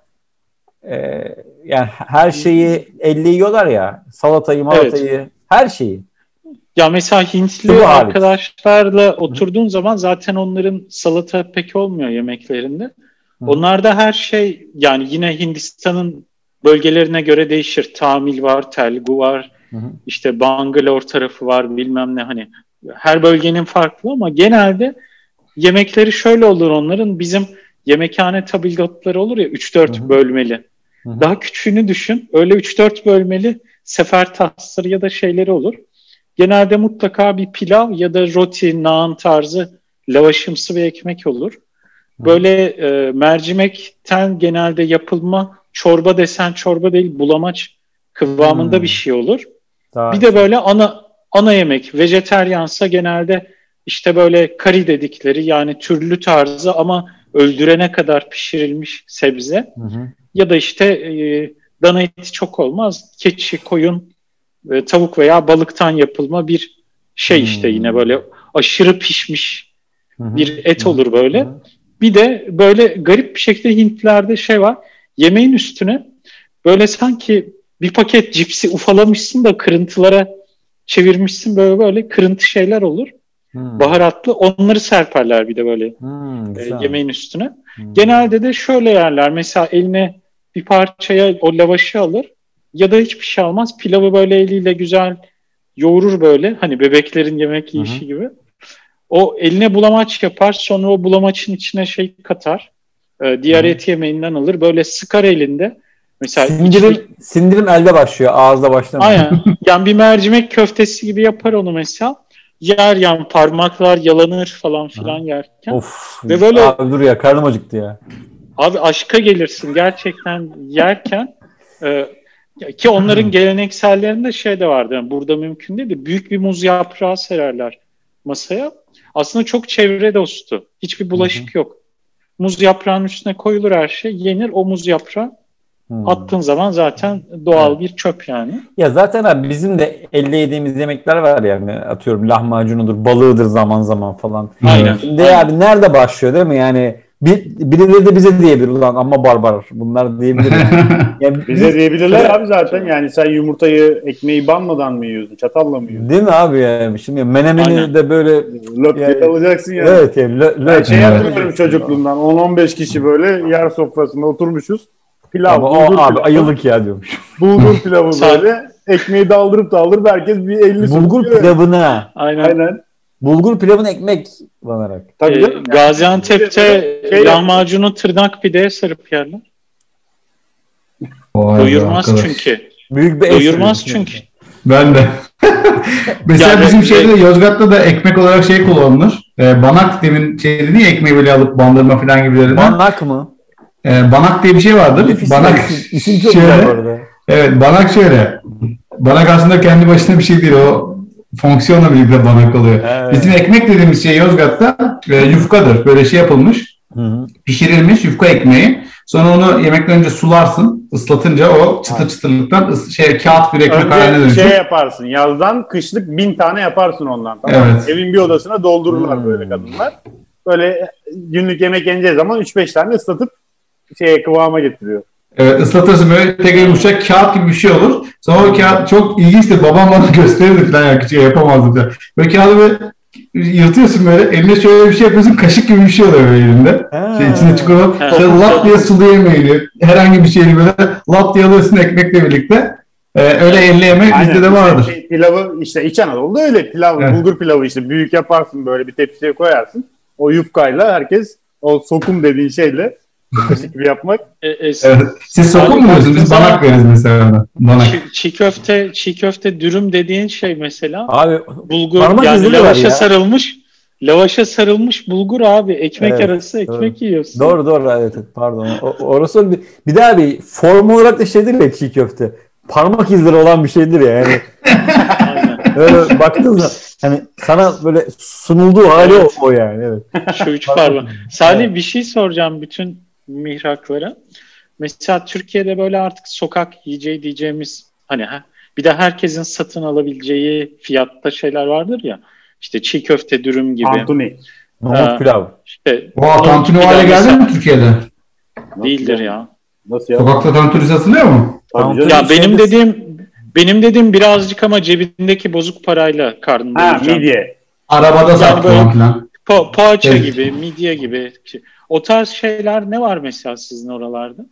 A: yani her şeyi elle yiyorlar ya. Salatayı, malatayı, her şeyi.
C: Ya mesela Hintli arkadaşlarla oturduğun zaman zaten onların salata pek olmuyor yemeklerinde. Onlarda her şey yani yine Hindistan'ın bölgelerine göre değişir. Tamil var, Telgu var, işte Bangalore tarafı var bilmem ne hani. Her bölgenin farklı ama genelde yemekleri şöyle olur onların. Bizim yemekhane tabildotları olur ya 3-4 bölmeli. Daha küçüğünü düşün. Öyle 3-4 bölmeli sefer tahsları ya da şeyleri olur. Genelde mutlaka bir pilav ya da roti, naan tarzı lavaşımsı bir ekmek olur. Böyle mercimekten genelde yapılma çorba desen çorba değil bulamaç kıvamında bir şey olur. Bir de böyle ana yemek vejeteryansa genelde işte böyle kari dedikleri yani türlü tarzı ama öldürene kadar pişirilmiş sebze ya da işte dana eti çok olmaz keçi, koyun, tavuk veya balıktan yapılma bir şey işte yine böyle aşırı pişmiş bir et olur böyle. Bir de böyle garip bir şekilde Hintlilerde şey var. Yemeğin üstüne böyle sanki bir paket cipsi ufalamışsın da kırıntılara çevirmişsin böyle kırıntı şeyler olur. Baharatlı. Onları serperler bir de böyle yemeğin üstüne. Genelde de şöyle yerler. Mesela eline bir parçaya o lavaşı alır ya da hiçbir şey almaz. Pilavı böyle eliyle güzel yoğurur böyle. Hani bebeklerin yemek yiyişi gibi. O eline bulamaç yapar. Sonra o bulamaçın içine şey katar. Diğer et yemeğinden alır. Böyle sıkar elinde. Mesela
A: sindirim elde başlıyor. Ağızda başlamıyor.
C: Aynen. Yani bir mercimek köftesi gibi yapar onu mesela. Yer yani parmaklar yalanır falan filan yerken.
A: Of. Ve böyle abi dur ya karnım acıktı ya.
C: Abi aşka gelirsin gerçekten yerken. Ki onların geleneksellerinde şey de vardı. Yani burada mümkün değil de büyük bir muz yaprağı sererler masaya. Aslında çok çevre dostu. Hiçbir bulaşık yok. Muz yaprağının üstüne koyulur her şey. Yenir o muz yaprağı. Attığın zaman zaten doğal bir çöp yani.
A: Ya zaten abi bizim de elle yediğimiz yemekler var yani atıyorum lahmacunudur, balığıdır zaman zaman falan.
C: Aynen.
A: Şimdi abi nerede başlıyor değil mi yani birileri de bize diyebilir ulan ama barbar bunlar diyebilir.
D: Yani bize diyebilirler abi zaten yani sen yumurtayı ekmeği banmadan mı yiyorsun çatalla mı yiyorsun?
A: Değil mi abi yani şimdi menemeni de böyle
D: löp diye alacaksın yani.
A: Evet yani
D: ben şey hatırlıyorum çocukluğumdan 10-15 kişi böyle yer sofrasında oturmuşuz. Pilav,
A: abi ayılık ya diyormuş.
D: Bulgur pilavı böyle. Ekmeği daldırıp herkes bir elini
A: bulgur pilavına.
C: Aynen.
A: Bulgur pilavına ekmek banarak.
C: Tabii Gaziantep'te lahmacunu tırnak pideye sarıp yerler. Doyurmaz çünkü.
A: Büyük bir
C: doyurmaz çünkü.
B: Ben de. Mesela bizim şeyde Yozgat'ta da ekmek olarak şey kullanılır. Banak demin şey dedi ya ekmeği böyle alıp bandırma falan gibileri.
A: Banak mı?
B: Banak diye bir şey vardır. Banak
A: isim çok
B: şöyle,
A: güzel bu arada.
B: evet, banak şöyle. Banak aslında kendi başına bir şey değil. O fonksiyonla birlikte banak oluyor.
A: Evet.
B: Bizim ekmek dediğimiz şey Yozgat'ta yufkadır. Böyle şey yapılmış.
A: Hı-hı.
B: Pişirilmiş yufka ekmeği. Sonra onu yemekten önce sularsın. Islatınca o çıtır çıtırlıktan kağıt bir ekmek haline
D: Önce
B: dönüşür.
D: şey yaparsın. Yazdan kışlık 1000 tane yaparsın ondan. Tamam.
B: Evet.
D: Evin bir odasına doldururlar böyle kadınlar. Böyle günlük yemek yeneceği zaman 3-5 tane ıslatıp kıvama getiriyor.
B: Evet, ıslatırsın böyle tekrar yumuşak kağıt gibi bir şey olur. Sonra o kağıt çok ilginçtir. Babam bana gösterirdi falan ya, küçük yapamazdı falan. Böyle kağıdı böyle yırtıyorsun böyle. Eline şöyle bir şey yapıyorsun. Kaşık gibi bir şey oluyor böyle elinde. İçine çikolata. Şöyle lap diye sulu yemeğini herhangi bir şeyi böyle lap diye alıyorsun ekmekle birlikte. Öyle elle yemek bizde de vardır.
D: Pilavı işte İç Anadolu'da öyle. Pilav, evet. Bulgur pilavı işte büyük yaparsın böyle bir tepsiye koyarsın. O yufkayla herkes o sokum dediğin şeyle kaşık gibi yapmak.
B: Evet. Siz sokum mu diyorsunuz? Biz banak veririz mesela ona. Banak.
C: Çiğ köfte dürüm dediğin şey mesela.
A: Abi
C: bulgur yani lavaşa sarılmış bulgur abi. Ekmek arası ekmek yiyorsun.
A: Doğru evet pardon. Orası bir daha bir form olarak da şeydir ya çiğ köfte. Parmak izleri olan bir şeydir ya yani. Öyle baktığınızda hani sana böyle sunulduğu hali o yani. Evet.
C: Şu üç parmak. Salih bir şey soracağım bütün mihraklara. Mesela Türkiye'de böyle artık sokak yiyeceği diyeceğimiz hani bir de herkesin satın alabileceği fiyatta şeyler vardır ya. İşte çiğ köfte dürüm gibi.
D: Tantuni.
A: Nohut pilav.
B: Tantuni o hale geldi mi Türkiye'de?
C: Değildir ya.
D: Nasıl ya?
B: Sokakta tantuni satılıyor mu?
C: Ya benim dediğim birazcık ama cebindeki bozuk parayla karnını doyuracağım.
D: Midye.
B: Arabada satılan falan.
C: Poğaça gibi, midye gibi. O tarz şeyler ne var mesela sizin oralarda?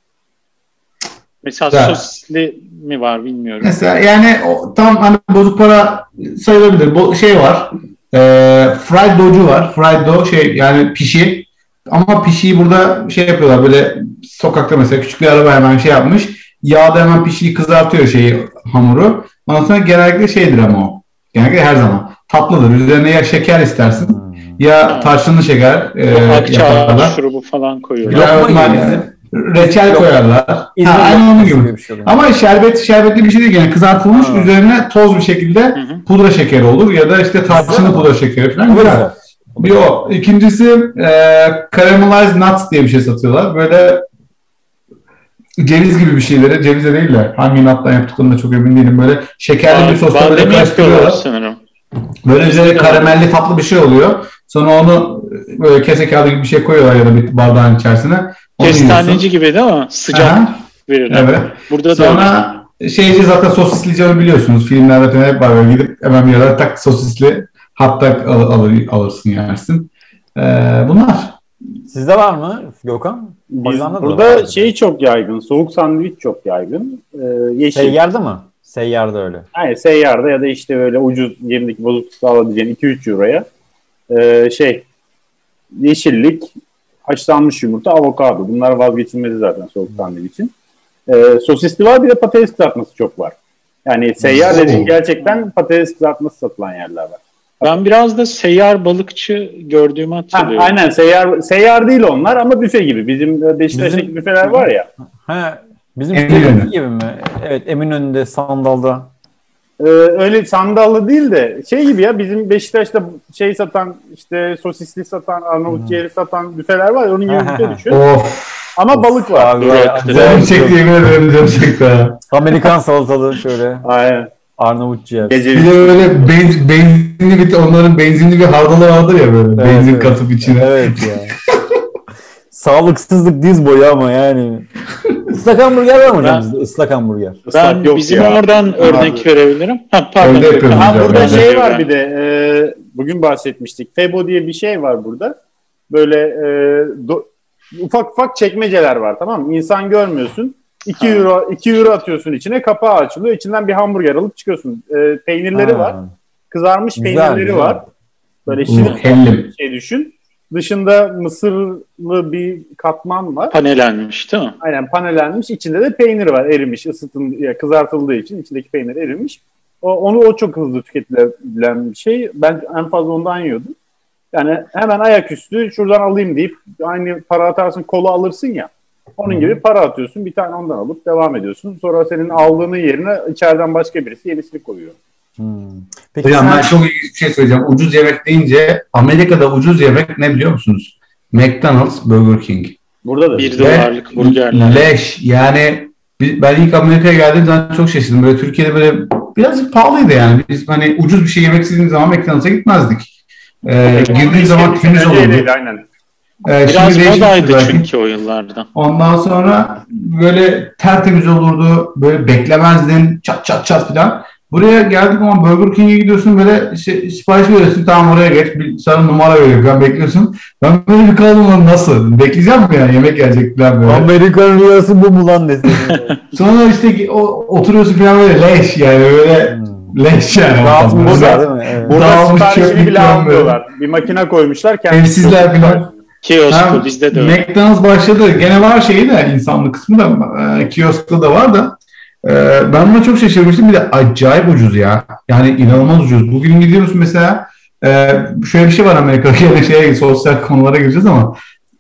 C: Mesela sosisli mi var bilmiyorum.
B: Mesela yani tam hani bozuk para sayılabilir. Bu şey var. Fried dough'cu var. Fried dough yani pişi. Ama pişiyi burada şey yapıyorlar böyle sokakta mesela küçük bir araba hemen şey yapmış. Yağda hemen pişiyi kızartıyor hamuru. Ondan sonra genellikle şeydir ama o. Genellikle her zaman. Tatlıdır. Üzerine ya şeker istersin ya tarçınlı şeker
C: yaparlar. Şurubu falan koyuyorlar.
B: Reçel koyarlar. Aynı onun gibi. Ama şerbetli bir şey değil. Yani kızartılmış üzerine toz bir şekilde pudra şekeri olur ya da işte tarçınlı pudra şekeri falan. Bir o. İkincisi caramelized nuts diye bir şey satıyorlar. Böyle ceviz gibi bir şeyleri. Ceviz de değil de hangi nut'tan yaptıklarını da çok emin değilim. Böyle şekerli bir sosla böyle karıştırıyorlar. Sanırım. Böyle üzerine karamelli tatlı bir şey oluyor. Sonra onu böyle kese kağıdı gibi bir şey koyuyorlar ya da bir bardağın içerisine.
C: Kestaneci gibi değil mi? Sıcak verir.
B: Evet.
C: Burada
B: sonra zaten sosislici onu biliyorsunuz. Filmlerde falan hep var. Böyle gidip hemen bir yerden tak sosisli hot dog alırsın yersin. Bunlar.
A: Sizde var mı Gökhan?
D: Burada çok yaygın. Soğuk sandviç çok yaygın. Yeşil.
A: Seyyarda mı? Seyyarda öyle.
D: Hayır, seyyarda ya da işte böyle ucuz yerindeki bozukluk alabileceğin 2-3 euroya yeşillik, haşlanmış yumurta, avokado. Bunlar vazgeçilmezi zaten soğuk sandviç için. Sosisli var, bir de patates kızartması çok var. Yani seyyar dediğin gerçekten patates kızartması satılan yerler var.
C: Ben biraz da seyyar balıkçı gördüğümü hatırlıyorum.
D: Aynen seyyar değil onlar ama büfe gibi. Bizim Beşiktaş'taki büfeler var ya.
A: Bizim Eminönü gibi mi? Evet, Eminönü'nde sandalda.
D: Öyle sandallı değil de gibi ya, bizim Beşiktaş'ta satan işte sosisli satan, Arnavut ciğeri satan büfeler var ya, onun gibi büfe düşün. Ama balık var.
B: Canım çekti, yemin ederim canım çekti.
A: Amerikan salatalı şöyle.
D: Aynen.
A: Arnavut ciğer.
B: Bir de böyle benzinli onların benzinli bir hardalı vardır ya böyle. Evet, benzin katıp içine.
A: Evet ya. Sağlıksızlık diz boyu ama yani. Islak hamburger var mı hocam bizde? Islak hamburger.
C: Ben bizim oradan örnek verebilirim. Pardon.
D: Burada var bir de bugün bahsetmiştik. Febo diye bir şey var burada. Böyle ufak ufak çekmeceler var, tamam mı? İnsan görmüyorsun. 2 euro atıyorsun içine, kapağı açılıyor. İçinden bir hamburger alıp çıkıyorsun. Peynirleri var. Kızarmış peynirleri var. Böyle şirin bir şey düşün. Dışında mısırlı bir katman var.
C: Panelenmiş değil mi?
D: Aynen, panelenmiş. İçinde de peynir var, erimiş, kızartıldığı için içindeki peynir erimiş. O çok hızlı tüketilen bir şey. Ben en fazla ondan yiyordum. Yani hemen ayaküstü şuradan alayım deyip aynı para atarsın, kola alırsın ya. Onun gibi para atıyorsun, bir tane ondan alıp devam ediyorsun. Sonra senin aldığının yerine içeriden başka birisi yenisini koyuyor.
B: Peki hocam ben çok ilginç bir şey söyleyeceğim. Ucuz yemek deyince Amerika'da ucuz yemek ne biliyor musunuz? McDonald's, Burger King.
D: Burada da.
C: $1 burgerler.
B: Leş. Yani ben ilk Amerika'ya geldiğim zaman çok şaşırdım. Böyle Türkiye'de böyle birazcık pahalıydı yani. Biz hani ucuz bir şey yemek istediğimiz zaman McDonald's'a gitmezdik. Girdiğin zaman temiz olurdu.
D: Aynen.
C: Biraz modaydı çünkü o yıllarda.
B: Ondan sonra böyle tertemiz olurdu. Böyle beklemezdin. Çat çat çat falan. Buraya geldik ama Burger King'e gidiyorsun böyle sipariş veriyorsun. Tamam oraya geç. Sana numara veriyor falan bekliyorsun. Ben böyle bir kaldım nasıl? Bekleyeceğim mi yani yemek gelecek falan böyle.
A: Amerikan rüyası bu mu lan desin.
B: Sonra işte oturuyorsun falan böyle leş yani böyle leş yani.
A: Dağıtmış değil mi? Evet.
D: Burada siparişini bile almıyorlar. Bir makine koymuşlar.
B: Evsizler falan.
C: Kiosk bizde de öyle.
B: McDonald's başladı. Gene var şeyi de insanlık kısmı da kioskta da var da ben buna çok şaşırmıştım. Bir de acayip ucuz ya. Yani inanılmaz ucuz. Bugün gidiyoruz mesela şöyle bir şey var Amerika'da yine sosyal konulara gireceğiz ama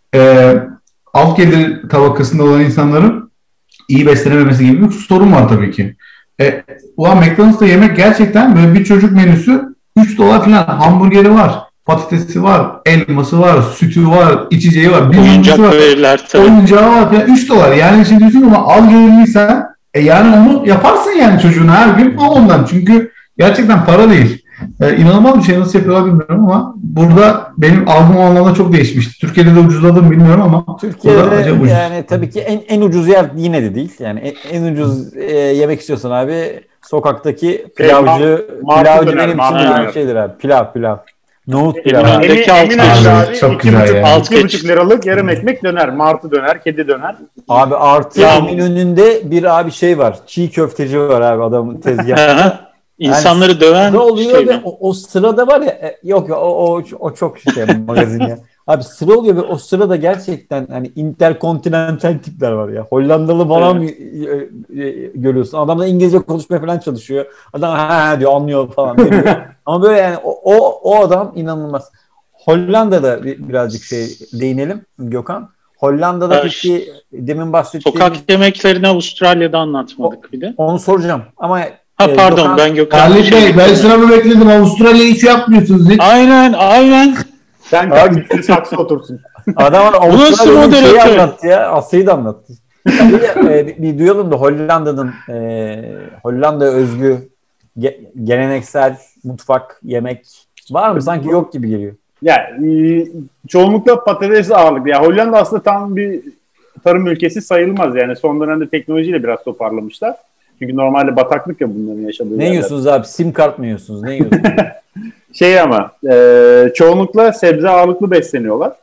B: alt gelir tabakasında olan insanların iyi beslenememesi gibi bir sorun var tabii ki. Ulan McDonald's'ta yemek gerçekten böyle bir çocuk menüsü $3 falan hamburgeri var. Patatesi var, elması var, sütü var, içeceği var,
C: oyuncak verirler tabii.
B: Oyuncağı var falan $3. Yani şimdi düşün ama al gelirliysen yani onu yaparsın yani çocuğuna her gün al ondan. Çünkü gerçekten para değil. İnanılmaz bir şey nasıl yapıyorlar bilmiyorum ama burada benim algım o anlamda çok değişmişti. Türkiye'de de ucuzladı mı bilmiyorum ama
A: Türkiye'de yani tabii ki en ucuz yer yine de değil. Yani en ucuz yemek istiyorsan abi sokaktaki pilavcı benim için bir şeydir abi. Pilav. Nohut pilav.
D: Emin abi
B: çok güzel ya.
D: 2,5 liralık yarım ekmek döner. Martı döner, kedi döner.
A: Abi artı Eminönü'nde bir abi şey var. Çiğ köfteci var abi adamın tezgahı.
C: İnsanları döven
A: ne oluyor şey ve o sırada var ya yok o çok şey magazin ya. Abi sıra oluyor ve o sırada gerçekten hani interkontinental tipler var ya. Hollandalı falan görüyorsun. Adam da İngilizce konuşmaya falan çalışıyor. Adam ha diyor anlıyor falan diyor. Ama böyle yani o adam inanılmaz. Hollanda'da birazcık değinelim Gökhan. Hollanda'da peki demin bahsettiğim
C: sokak yemeklerini Avustralya'da anlatmadık bir de.
A: Onu soracağım ama
C: pardon ben Gökhan.
B: Halil Bey ben sıramı bekledim. Avustralya hiç yapmıyorsunuz hiç.
C: Aynen.
D: Sen kalbimde saksı otursun.
A: Adam Avustralya'nın şeyi anlattı ya. Asya'yı da anlattı. bir duyalım da Hollanda'nın Hollanda özgü geleneksel mutfak yemek var mı? Sanki yok gibi geliyor.
D: Yani çoğunlukla patates ağırlıklı. Yani Hollanda aslında tam bir tarım ülkesi sayılmaz. Yani son dönemde teknolojiyle biraz toparlamışlar. Çünkü normalde bataklık ya bunların yaşadığı
A: Ne yiyorsunuz abi? Sim kart mı yiyorsunuz? Ne yiyorsunuz?
D: ama çoğunlukla sebze ağırlıklı besleniyorlar.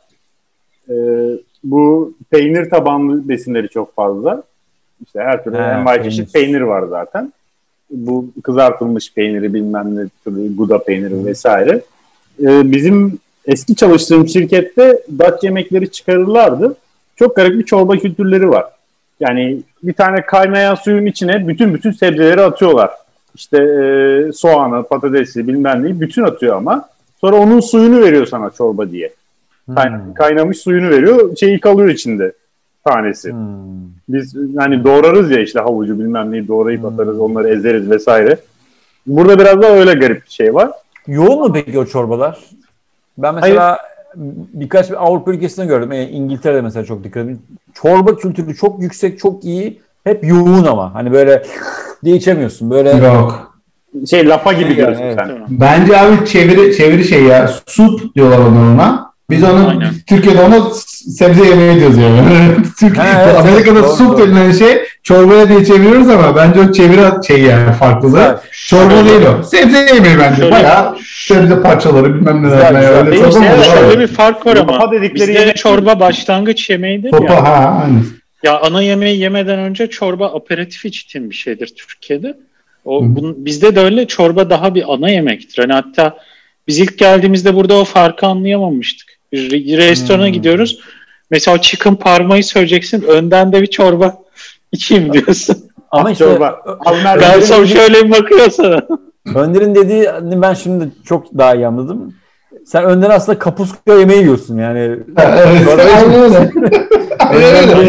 D: Bu peynir tabanlı besinleri çok fazla. İşte her türlü envai çeşit peynir var zaten. Bu kızartılmış peyniri bilmem ne türlü Gouda peyniri vesaire. Bizim eski çalıştığım şirkette Dutch yemekleri çıkarırlardı. Çok garip bir çorba kültürleri var. Yani bir tane kaynayan suyun içine bütün sebzeleri atıyorlar. İşte soğanı, patatesi bilmem neyi bütün atıyor ama. Sonra onun suyunu veriyor sana çorba diye. Kaynamış suyunu veriyor. Şeyi kalıyor içinde tanesi. Biz hani doğrarız ya işte havucu bilmem neyi doğrayıp atarız, onları ezeriz vesaire. Burada biraz daha öyle garip bir şey var.
A: Yoğun mu peki o çorbalar? Ben mesela birkaç Avrupa ülkesinde gördüm. İngiltere'de mesela çok dikkat edin. Çorba kültürü çok yüksek, çok iyi. Hep yoğun ama. Hani böyle diye içemiyorsun. Böyle
B: yok.
D: Lapa gibi diyorsun
C: yani,
D: sen.
B: Bence abi çeviri şey ya. Soup diyorlar ona. Biz onu Türkiye'de ona sebze yemeği diyoruz yani. Amerika'da soup denilen şey çorbaya diye çeviriyoruz ama bence o çeviri yani farklıdır. Çorba değil o. Sebze yemeği bence. Bayağı sebze parçaları bilmem neler.
C: Şöyle bir fark var ama. Bizde çorba başlangıç yemeğidir ya.
B: Aynen.
C: Ya ana yemeği yemeden önce çorba aperatif içtiğim bir şeydir Türkiye'de. Bizde de öyle çorba daha bir ana yemektir. Hani hatta biz ilk geldiğimizde burada o farkı anlayamamıştık. Bir restorana gidiyoruz. Mesela o chicken parmayı söyleyeceksin. Önden de bir çorba içeyim diyorsun.
A: Ama işte
D: çorba.
C: Garson şöyle bir bakıyor sana.
A: Önder'in dediğini ben şimdi çok daha iyi anladım. Sen Önder aslında kapuska yemeği yiyorsun yani.
B: Evet. Aynen öyle.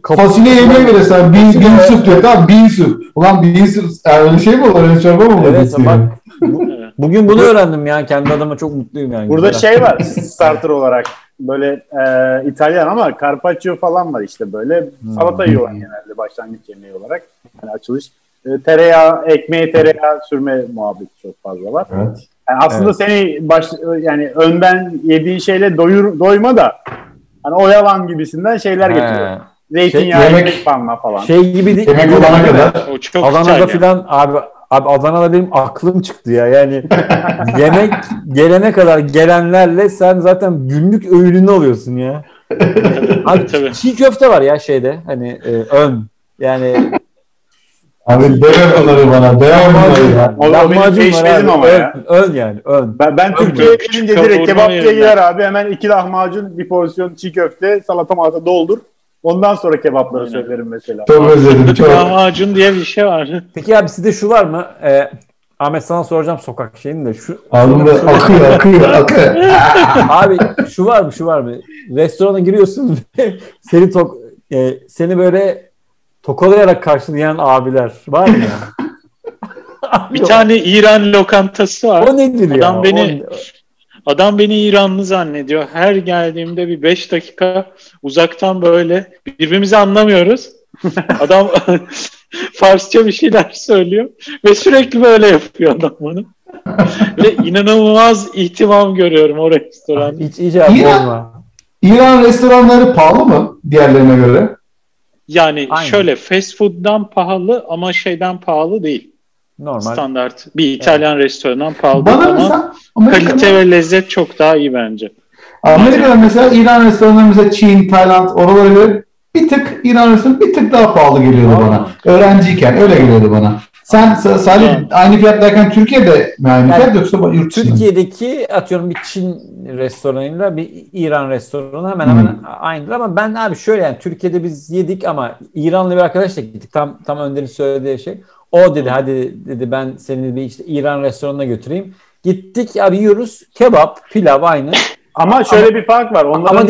B: fasulye yemeği bile sen bin soup diyor. Tamam, bin soup. Ulan bin soup öyle şey mi olur? Öyle çorba mı olur?
A: Evet bak bugün bunu öğrendim ya. Kendi adıma çok mutluyum yani.
D: Burada şey var starter olarak böyle İtalyan ama carpaccio falan var işte böyle. Salata yiyorlar genelde başlangıç yemeği olarak. Yani açılış. Tereyağı, ekmeğe tereyağı sürme muhabbeti çok fazla var.
B: Evet.
D: Yani aslında seni yani önden yediğin şeyle doyma da hani oyalan gibisinden şeyler getiriyor. Zeytinyağı, ekmek falan.
A: Şey gibi değil.
B: Yemek olana kadar.
C: O çok
A: Adana'da falan abi Adana'da benim aklım çıktı ya. Yani yemek gelene kadar gelenlerle sen zaten günlük öğününü alıyorsun ya. Abi
C: Tabii.
A: çiğ köfte var ya şeyde hani ön yani
B: Abi deme bunları bana. Deme bunları ya.
D: O benim keşfedim ama ya.
A: Ön yani ön.
D: Ben Türkiye'ye gidince direkt kebapçıya gider abi. Hemen 2 lahmacun, bir porsiyon çiğ köfte, salata malata doldur. Ondan sonra kebapları söylerim mesela.
B: Çok özledim. Çok.
C: Lahmacun diye bir şey var.
A: Peki abi sizde şu var mı? Ahmet sana soracağım sokak şeyini de.
B: Ağzımda akıyor.
A: Abi şu var mı? Restorana giriyorsun ve seni böyle tokalayarak karşılayan abiler var mı ya?
C: Bir tane İran lokantası var.
A: O nedir ya?
C: Adam beni İranlı zannediyor. Her geldiğimde bir 5 dakika uzaktan böyle birbirimizi anlamıyoruz. Adam Farsça bir şeyler söylüyor ve sürekli böyle yapıyor adam bunu. Ve inanılmaz ihtimam görüyorum o restoranda.
A: Hiç icabı olma.
B: İran restoranları pahalı mı diğerlerine göre?
C: Yani
A: Aynen.
C: şöyle fast food'dan pahalı ama şeyden pahalı değil.
A: Normal.
C: Standart bir İtalyan restoranından pahalı
B: Bana
C: değil
B: mesela
C: ama kalite ve lezzet çok daha iyi bence.
B: Amerika'da mesela İran restoranları mesela Çin, Tayland oralara göre bir tık İran restoranı bir tık daha pahalı geliyordu bana. Öğrenciyken öyle geliyordu bana. Sen Salih aynı fiyat derken Türkiye'de mi aynı fiyat yoksa yurt dışında?
A: Türkiye'deki atıyorum bir Çin restoranıyla bir İran restoranı hemen aynıdır ama ben abi şöyle yani Türkiye'de biz yedik ama İranlı bir arkadaşla gittik. Tam Önder'in söylediği şey. O dedi hadi dedi ben seni bir işte İran restoranına götüreyim. Gittik abi yiyoruz kebap, pilav aynı.
D: Ama şöyle bir fark var.
A: Ama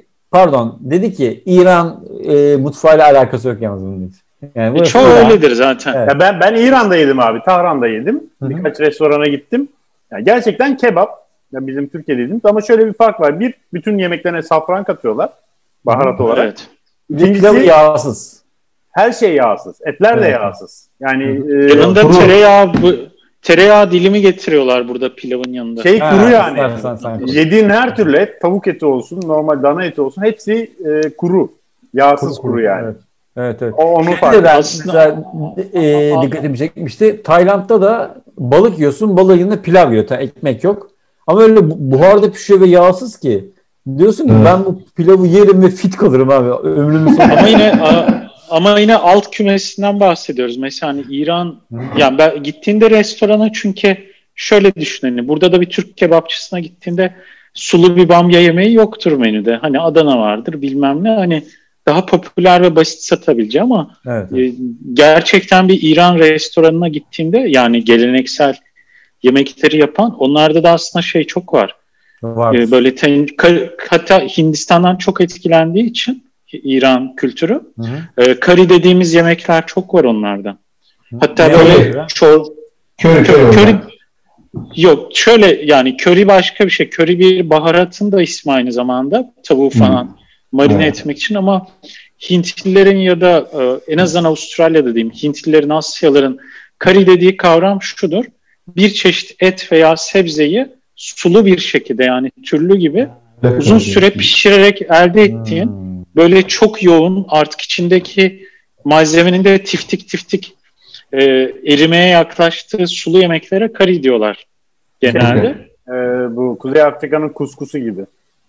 A: dedi ki İran mutfağıyla alakası yok yalnız bunun. Yani
C: Çoğu öyledir zaten.
A: Evet.
D: Ya ben İran'da yedim abi. Tahran'da yedim. Birkaç restorana gittim. Yani gerçekten kebap. Ya bizim Türkiye'de yediğimiz ama şöyle bir fark var. Bütün yemeklerine safran katıyorlar. Baharat olarak.
C: Evet.
A: Pilavı yağsız.
D: Her şey yağsız. Etler de yağsız. Yani
C: yanında tereyağı dilimi getiriyorlar burada pilavın yanında.
D: Kuru yani.
A: Sen
D: Yediğin her türlü et, tavuk eti olsun, normal dana eti olsun hepsi kuru. Yağsız kuru yani.
A: Evet.
D: Onun farkı.
A: Aslında dikkatimi çekmişti. Tayland'da da balık yiyorsun, balığın yanında pilav yiyor. Ekmek yok. Ama öyle buharda pişiyor ve yağsız ki. Diyorsun ki ben bu pilavı yerim ve fit kalırım abi. Ömrümün sonunda.
C: Ama yine alt kümesinden bahsediyoruz. Mesela hani İran, yani ben gittiğinde restorana çünkü şöyle düşünün. Burada da bir Türk kebapçısına gittiğinde sulu bir bamya yemeği yoktur menüde. Hani Adana vardır bilmem ne. Hani daha popüler ve basit satabileceği ama gerçekten bir İran restoranına gittiğimde yani geleneksel yemekleri yapan onlarda da aslında şey çok var. Böyle hatta Hindistan'dan çok etkilendiği için İran kültürü. Kari dediğimiz yemekler çok var onlardan. Hatta böyle köri yok şöyle yani köri başka bir şey. Köri bir baharatın da ismi aynı zamanda. Tavuğu falan marine etmek için ama Hintlilerin ya da en azından Avustralya'da diyeyim Hintlilerin, Asyalıların kari dediği kavram şudur. Bir çeşit et veya sebzeyi sulu bir şekilde yani türlü gibi uzun süre pişirerek elde ettiğin böyle çok yoğun artık içindeki malzemenin de tiftik erimeye yaklaştığı sulu yemeklere kari diyorlar genelde.
D: Bu Kuzey Afrika'nın kuskusu gibi.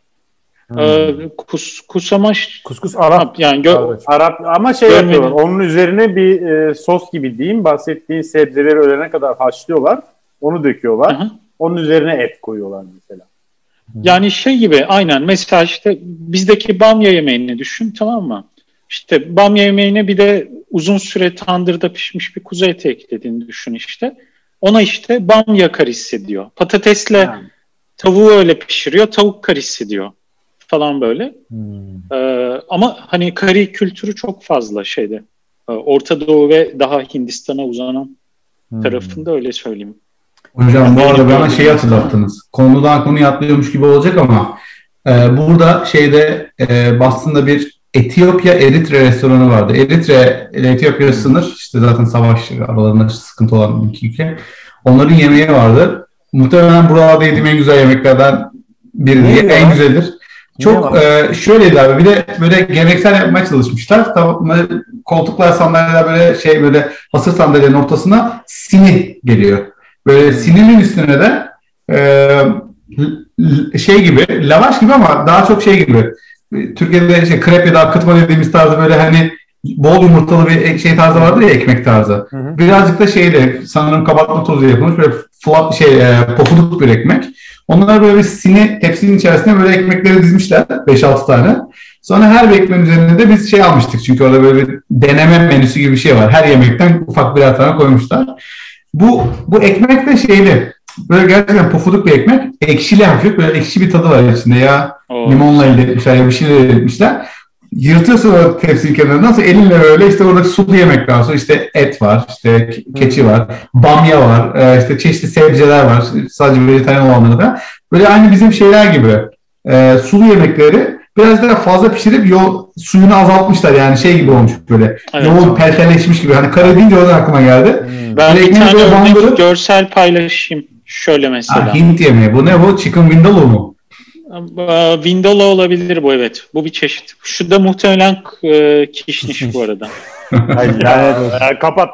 C: Kuskus
A: Arap.
C: Yani
D: Arap ama şey yapıyorlar. Onun üzerine bir sos gibi diyeyim. Bahsettiğin sebzeleri ölene kadar haşlıyorlar. Onu döküyorlar. Onun üzerine et koyuyorlar mesela.
C: Yani şey gibi aynen mesela işte bizdeki bamya yemeğini düşün tamam mı? İşte bamya yemeğine bir de uzun süre tandırda pişmiş bir kuzu eti eklediğini düşün işte. Ona işte bamya karisi diyor. Patatesle tavuğu öyle pişiriyor, tavuk karisi diyor. falan böyle. Ama hani kari kültürü çok fazla şeyde. Orta Doğu ve daha Hindistan'a uzanan tarafında, öyle söyleyeyim.
B: Hocam bu arada bana şeyi hatırlattınız. Konudan konuya atlıyormuş gibi olacak ama burada Boston'da bir Etiyopya-Eritre restoranı vardı. Eritre ile Etiyopya sınır. İşte zaten savaş aralarında sıkıntı olan iki ülke. Onların yemeği vardı. Muhtemelen buralarda yediğim en güzel yemeklerden biri diye. En güzeldir. Çok şöyleydi abi. Bir de böyle geleneksel yapmaya çalışmışlar. Koltuklar, sandalyeler böyle hasır sandalyenin ortasına sini geliyor. Böyle sininin üstüne de gibi, lavaş gibi ama daha çok gibi. Türkiye'de krep ya da akıtma dediğimiz tarzı böyle hani bol yumurtalı bir tarzı vardır ya, ekmek tarzı. Birazcık da sanırım kabartma tozu yapılmış böyle pofuduk bir ekmek. Onlar böyle bir sini tepsinin içerisine böyle ekmekleri dizmişler 5-6 tane. Sonra her bir ekmeğin üzerinde de biz almıştık çünkü orada böyle bir deneme menüsü gibi bir şey var. Her yemekten ufak birer tane koymuşlar. Bu ekmek de böyle gerçekten pofuduk bir ekmek. Ekşili, hafif böyle ekşi bir tadı var içinde ya. Limonla elde etmişler ya bir şeyler elde etmişler. Yırtıyorsun o tepsinin kenarından, sonra elinle böyle orada sulu yemekler var. Et var, keçi var, bamya var, çeşitli sebzeler var. Sadece vejetaryen olanları da. Böyle aynı bizim şeyler gibi sulu yemekleri biraz daha fazla pişirip suyunu azaltmışlar, yani gibi olmuş böyle. Evet. Yoğun pertelleşmiş gibi. Hani kara deyince oradan aklıma geldi.
C: Ben bir tane örnek görsel paylaşayım. Şöyle mesela.
B: Hint yemeği. Bu ne bu? Chicken vindaloo mu?
C: Vindaloo olabilir bu, evet. Bu bir çeşit. Şu da muhtemelen kişniş bu arada.
D: Kapat.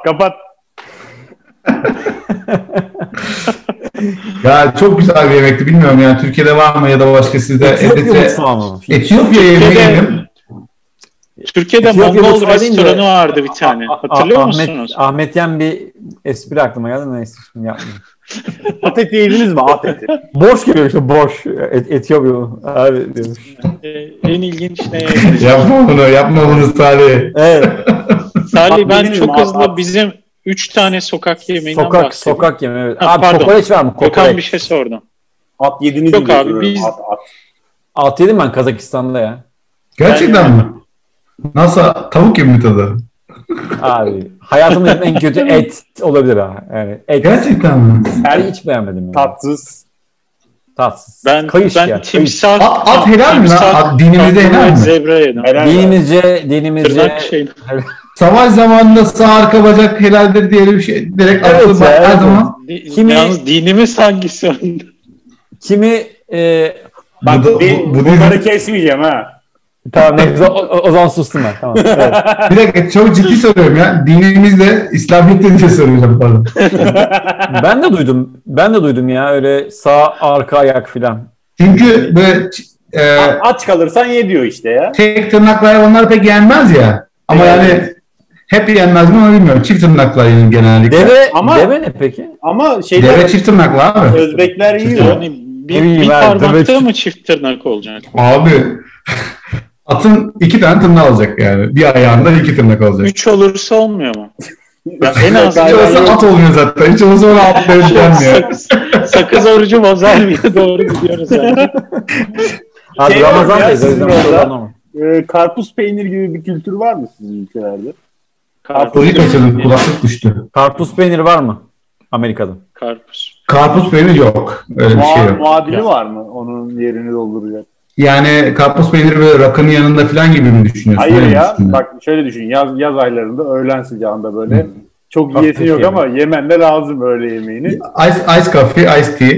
B: Ya çok güzel bir yemekti. Bilmiyorum yani Türkiye'de var mı ya da başka sizde. Etiyopya yemeği.
C: Türkiye'de Mongol restoranı vardı bir tane. Hatırlıyor musunuz?
A: Ahmetyen bir espri aklıma geldi. Neyse şimdi yapmayayım.
D: At eti yediniz mi? At eti.
A: Boş geliyor boş. Etiyopya abi demiş.
C: En ilginç ne?
B: Yapma bunu Salih.
A: Evet.
C: Salih, ben çok hızlı bizim 3 tane sokak yemeğinden bahsedeyim.
A: Sokak yemeği. Evet. Abi kokoreç var mı?
C: Gökhan bir şey sordum.
D: At yediniz
C: mi? Yok abi biz...
A: At yedim ben Kazakistan'da ya.
B: Gerçekten mi? Nasıl? Tavuk gibi mi tadı?
A: Abi hayatımda en kötü et olabilir ha. Yani et.
B: Gerçekten mi?
A: Ben hiç beğenmedim yani.
D: Tatsız.
C: Ben timsah...
B: At helal mi lan? Dinimizde helal mi?
C: Zebra yedim.
A: Dinimizce...
B: Savaş zamanında sağ arka bacak helaldir diye bir şey. Direkt
A: evet,
B: her zaman.
C: Yalnız dinimiz hangisi onda?
A: Kimi...
D: Bunları kesmeyeceğim ha.
A: Tamam, o zaman sustum ben. Tamam. Evet.
B: Bir dakika, çok ciddi soruyorum ya. Dinimizde, İslamiyet'te diye soruyorum pardon.
A: Ben de duydum ya öyle sağ arka ayak filan.
B: Çünkü böyle
D: aç kalırsan ye diyor işte ya.
B: Tek tırnaklı hayvanlar pek yenmez ya. Ama yani hep yenmez mi onu bilmiyorum. Çift tırnaklı yenir genellikle.
A: Deve ne peki?
D: Ama
B: deve çift tırnaklı abi.
D: Özbekler yiyor.
C: Yani bir parmakta mı çift tırnak olacak?
B: Abi atın 2 tane tırnağı olacak yani. Bir ayağında 2 tırnak olacak.
C: 3 olursa olmuyor mu? En az
B: 3 olursa at olmuyor zaten. 3 olursa ona at denmiyor.
C: Sakız orucu bozar diye doğru gidiyoruz yani.
A: Abi Ramazan
D: sizin karpuz peynir gibi bir kültür var mı sizin ülkelerde?
B: Karpuzu kaçırdım. Kulaklık düştü.
A: Karpuz peyniri var mı Amerika'da?
B: Karpuz peyniri yok. Öyle bir şey yok.
D: Muadili var mı? Onun yerini dolduracak.
B: Yani karpuz peyniri böyle rakının yanında falan gibi mi düşünüyorsun?
D: Hayır ya. Bak şöyle düşün. Yaz aylarında öğlen sıcağında böyle çok yiyesin yok ama yemen de lazım öğle yemeğini.
B: Ice coffee, ice tea.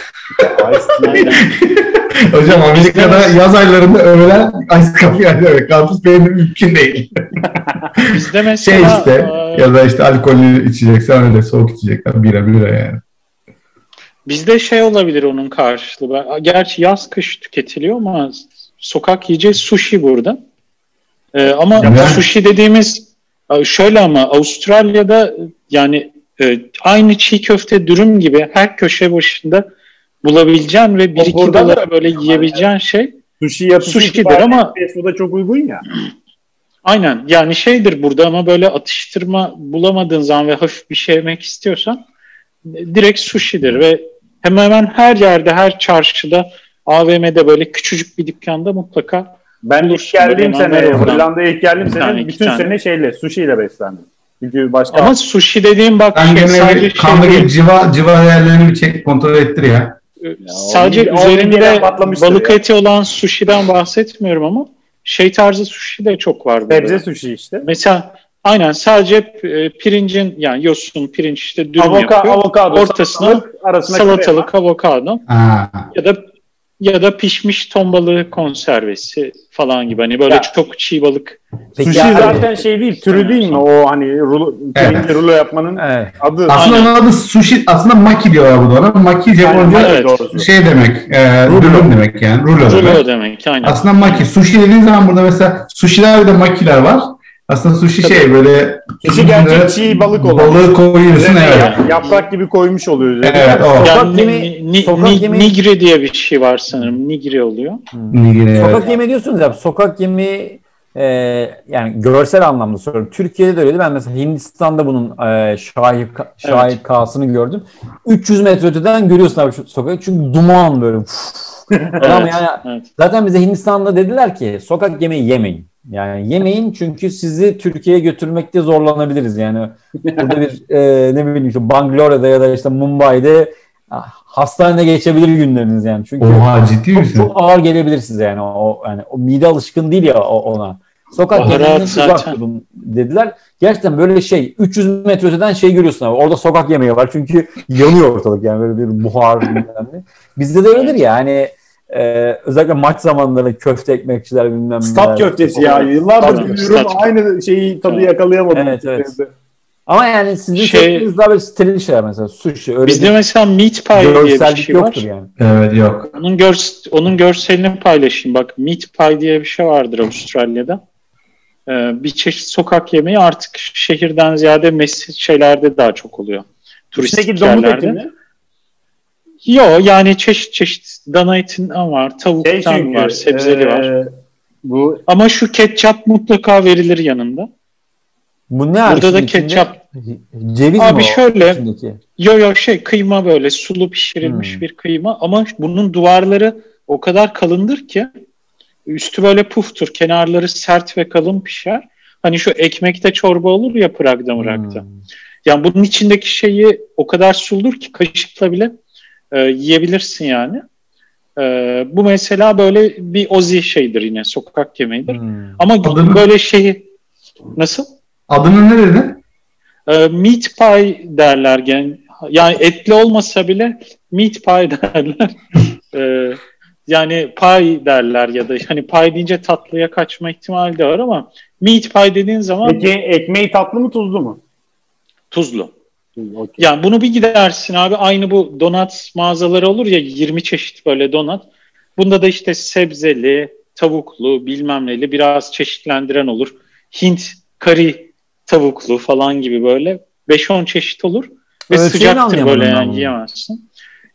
B: Hocam Amerika'da yaz aylarında öğlen ice coffee, karpuz peyniri mümkün değil.
C: Bizde mesela
B: ya da alkollü içeceksen öyle soğuk içecekler. Bira yani.
C: Bizde olabilir onun karşılığı. Gerçi yaz kış tüketiliyor ama sokak yiyeceği sushi burada. Ama sushi dediğimiz şöyle, ama Avustralya'da yani aynı çiğ köfte dürüm gibi her köşe başında bulabileceğin ve 1-2 dolara böyle yiyebileceğin şey sushi'dir ama
D: bu da çok uygun ya.
C: Aynen, yani burada ama böyle atıştırma bulamadığın zaman ve hafif bir şey yemek istiyorsan direkt sushi'dir ve hemen her yerde, her çarşıda AVM'de böyle küçücük bir dükkanda mutlaka
D: Ben ilk
C: bulursun.
D: geldiğim
C: Böyle
D: sene,
C: hemen oradan.
D: Hollanda'ya ilk geldiğim
C: Bir
D: sene
C: tane, iki
D: bütün
C: tane.
D: sene şeyle, sushi ile beslendim. Çünkü başka...
C: Ama sushi dediğim bak
B: Ben gene
C: sadece
B: bir kandaki
C: değil.
B: civa değerlerini bir çek, kontrol ettir ya.
C: Sadece
D: o mideden
C: üzerinde
D: patlamıştır
C: balık
D: ya.
C: eti olan sushi'den bahsetmiyorum ama şey tarzı sushi de çok var burada.
D: Sebze sushi işte.
C: Mesela aynen sadece pirincin yani yosun pirinç işte dürüm yapıyor.
D: Avokado,
C: Ortasına salatalık, avokado ya da pişmiş ton balığı konservesi falan gibi. Hani böyle çok çiğ balık.
A: Peki
D: sushi zaten şey değil, türü değil mi? O hani pirinci rulo yapmanın adı.
B: Aslında onun adı sushi, aslında maki diyorlar burada ona. Maki Japonca şey demek, dürüm demek yani. Rulo
C: demek. Aynen.
B: Aslında maki. Sushi dediğin zaman burada mesela sushiler ve de makiler var. Aslında sushi şey böyle...
D: Sushi gerçek çiğ balık olan.
B: Balığı koyuyorsun
D: Yaprak gibi koymuş oluyor.
B: Evet o.
C: Yani nigiri diye bir şey var sanırım. Nigiri oluyor.
A: Sokak yemeği diyorsunuz ya. Sokak yemeği yani görsel anlamda soruyorum. Türkiye'de de öyleydi. Ben mesela Hindistan'da bunun şahikasını gördüm. 300 metre öteden görüyorsun abi şu sokağı. Çünkü duman böyle. Tamam yani zaten bize Hindistan'da dediler ki sokak yemeği yemeyin. Yani yemeyin çünkü sizi Türkiye'ye götürmekte zorlanabiliriz. Yani burada bir ne bileyim işte Bangalore'da ya da işte Mumbai'de hastanede geçebilir günleriniz yani. Çünkü çok ağır gelebilir size yani. O mide alışkın değil ya ona. Sokak yemeğinden uzak durun dediler. Gerçekten böyle 300 metre öteden görüyorsun abi. Orada sokak yemeği var çünkü yanıyor ortalık yani böyle bir buhar bilmem ne. Bizde de öyledir ya hani özellikle maç zamanları köfte ekmekçiler bilmem ne.
D: Stat köftesi ya. Yıllardır biliyorum aynı şeyi tadı yakalayamadım.
A: Evet. Ama yani sizin söylediğiniz daha böyle steril şeyler mesela sushi. Öyle
C: bizde mesela meat pie diye bir şey var.
A: Yani.
B: Evet yok.
C: Onun görselini paylaşayım. Bak meat pie diye bir şey vardır Avustralya'da. Bir çeşit sokak yemeği artık şehirden ziyade şeylerde daha çok oluyor. Turistik yerlerde. Yok yani çeşit dana etinden var, tavuktan var, sebzeli var. Ama şu ketçap mutlaka verilir yanında.
A: Bu ne
C: burada da ketçap.
A: Ceviz
C: abi
A: mi
C: şöyle. Kıyma böyle sulu pişirilmiş bir kıyma ama bunun duvarları o kadar kalındır ki üstü böyle puftur, kenarları sert ve kalın pişer. Hani şu ekmekte çorba olur ya Prag'da mırakta. Yani bunun içindeki şeyi o kadar suludur ki kaşıkla bile yiyebilirsin yani. Bu mesela böyle bir Ozi şeydir yine sokak yemeğidir. Ama böyle şeyi nasıl?
B: Adını ne dedin?
C: Meat pie derler yani etli olmasa bile meat pie derler. Yani pie derler ya da hani pie deyince tatlıya kaçma ihtimali de var ama meat pie dediğin zaman...
D: Peki ekmeği tatlı mı tuzlu mu?
C: Tuzlu. Okay. Yani bunu bir gidersin abi aynı bu donat mağazaları olur ya 20 çeşit böyle donat. Bunda da işte sebzeli, tavuklu, bilmem neli biraz çeşitlendiren olur. Hint kari tavuklu falan gibi böyle 5-10 çeşit olur. Ve sıcaktır böyle yani yiyemezsin.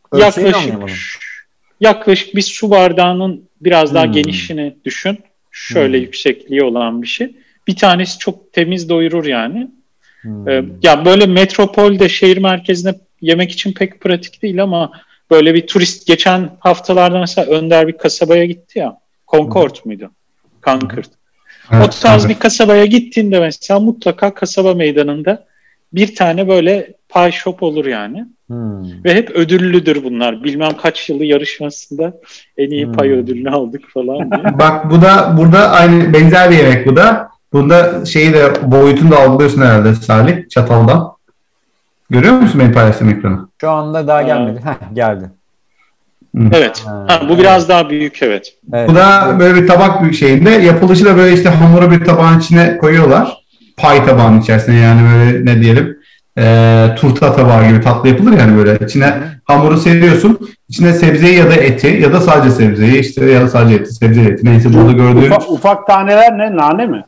C: Yaklaşık bir su bardağının biraz daha genişini düşün. Şöyle yüksekliği olan bir şey. Bir tanesi çok temiz doyurur yani. Ya böyle metropolde şehir merkezine yemek için pek pratik değil ama böyle bir turist geçen haftalarda mesela Önder bir kasabaya gitti ya. Concord muydu? Concord. Evet, o tarz bir kasabaya gittiğinde mesela mutlaka kasaba meydanında bir tane böyle pie shop olur yani. Ve hep ödüllüdür bunlar. Bilmem kaç yılı yarışmasında en iyi pay ödülünü aldık falan diye.
B: Bak bu da burada aynı benzer bir yemek bu da. Bunda şeyi de boyutunu da algılıyorsun herhalde Salih çataldan. Görüyor musun benim paylaştığım ekranı?
A: Şu anda daha gelmedi. Geldi.
C: Evet. Bu biraz daha büyük evet.
B: Bu da böyle bir tabak büyük şeyinde. Yapılışı da böyle işte hamuru bir tabağın içine koyuyorlar. Pay tabağının içerisine yani böyle ne diyelim turta tabağı gibi tatlı yapılır yani böyle. İçine hamuru seriyorsun. İçine sebzeyi ya da eti ya da sadece sebzeyi işte ya da sadece eti, sebze eti neyse burada gördüğün.
D: Ufak taneler ne? Nane mi?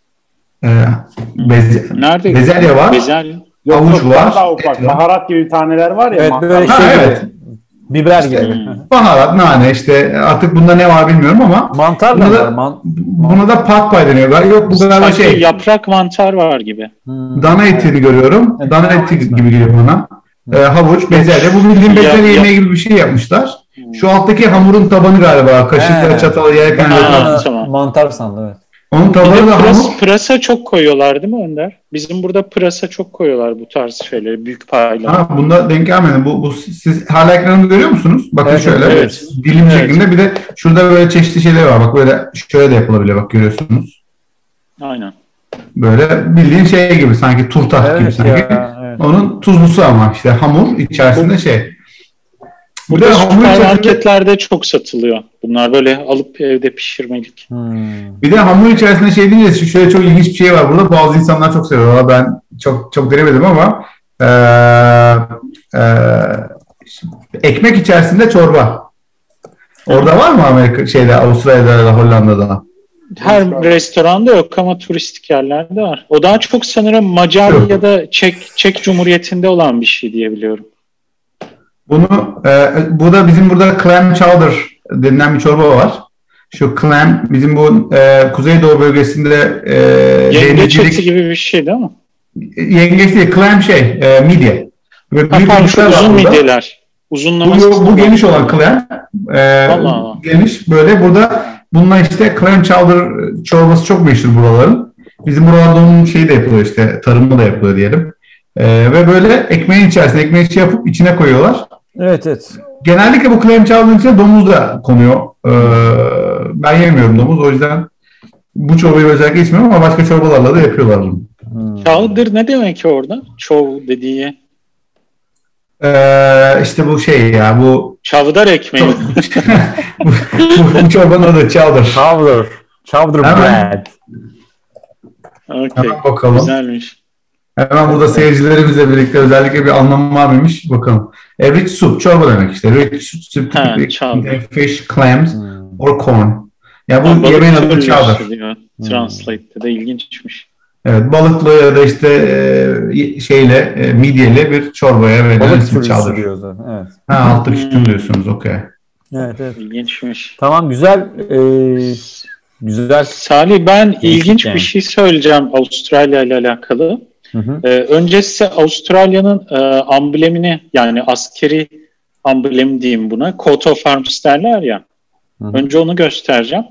B: Bezelye var. Havuç var.
D: Daha ufak. Baharat gibi taneler var ya.
A: Evet böyle
B: evet.
A: Biber gibi.
B: Baharat, nane işte artık bunda ne var bilmiyorum ama.
A: Mantar da var.
B: Buna da pat pay deniyor. Yok bu kadar şey.
C: Yaprak mantar var gibi.
B: Dana etini görüyorum. Dana eti gibi geliyor bana. Havuç, bezelye. Bu bildiğin bezelye yemeği gibi bir şey yapmışlar. Şu alttaki hamurun tabanı galiba. Kaşıkla çatal yerken.
A: Tamam. Mantar sandım, evet.
B: Onun tabanı da hamur.
C: Pırasa çok koyuyorlar değil mi Önder? Bizim burada pırasa çok koyuyorlar bu tarz şeyleri. Büyük paylar.
B: Ha, bunda denk gelmedi. Bu siz hala ekranını görüyor musunuz? Bakın
A: evet,
B: şöyle.
C: Evet.
B: Dilim şeklinde. Bir de şurada böyle çeşitli şeyler var. Bak böyle şöyle de yapılabilir. Bak görüyorsunuz.
C: Aynen.
B: Böyle bildiğin şey gibi sanki turta gibi sanki.
A: Evet.
B: Onun tuzlusu ama işte hamur içerisinde şey.
C: Bu da süpermarketlerde çok satılıyor. Bunlar böyle alıp evde pişirmelik.
B: Bir de hamur içerisinde şey deyince şöyle çok ilginç bir şey var burada. Bazı insanlar çok seviyor. Ben çok denemedim ama ekmek içerisinde çorba. Orada var mı Avustralya'da ya da Hollanda'da?
C: Her restoranda yok ama turistik yerlerde var. O daha çok sanırım Macar ya da Çek Cumhuriyeti'nde olan bir şey diye biliyorum.
B: Bu da bizim burada clam chowder denilen bir çorba var. Şu clam bizim bu Kuzeydoğu bölgesinde
C: yengeç eti gibi bir şey değil mi?
B: Yengeç değil, clam midye.
C: Uzun midyeler. Uzunlaması.
B: Bu geniş olan clam. Geniş böyle burada bununla işte clam chowder çorbası çok meşhur buraların. Bizim buralarda onun şeyi de yapılıyor işte tarımı da yapılıyor diyelim. Ve böyle ekmeğin içerisine ekmeği yapıp içine koyuyorlar.
A: Evet. Genellikle
B: bu clam chowder'ın içine domuz da konuyor. Ben yemiyorum domuz. O yüzden bu çorbayı özellikle içmiyorum ama başka çorbalarla da yapıyorlar bunu.
C: Chowder ne demek ki orada? Çow dediği.
B: İşte bu şey ya bu.
C: Çavdar ekmeği.
B: bu çorbanın adı chowder.
A: Chowder bread.
C: Okay.
B: Bakalım.
C: Güzelmiş.
B: Hemen burada seyircilerimizle birlikte özellikle bir anlamı var mıymış? Bakalım. Rich soup, çorba demek işte. Rich soup, fish, clams or corn. Ya bu yemeğin adı chowder.
C: Translate'de de ilginçmiş.
B: Evet, balıklı ya da işte midyeli bir çorbaya verilen ismi chowder.
A: Evet.
B: Alttaki şunu diyorsunuz, okey.
A: Evet.
C: İlginçmiş.
A: Tamam, güzel. Güzel.
C: Salih, ben ilginç bir şey söyleyeceğim Avustralya ile alakalı. Önce size Avustralya'nın amblemini, yani askeri amblemi diyeyim buna. Coat of Arms derler ya. Önce onu göstereceğim.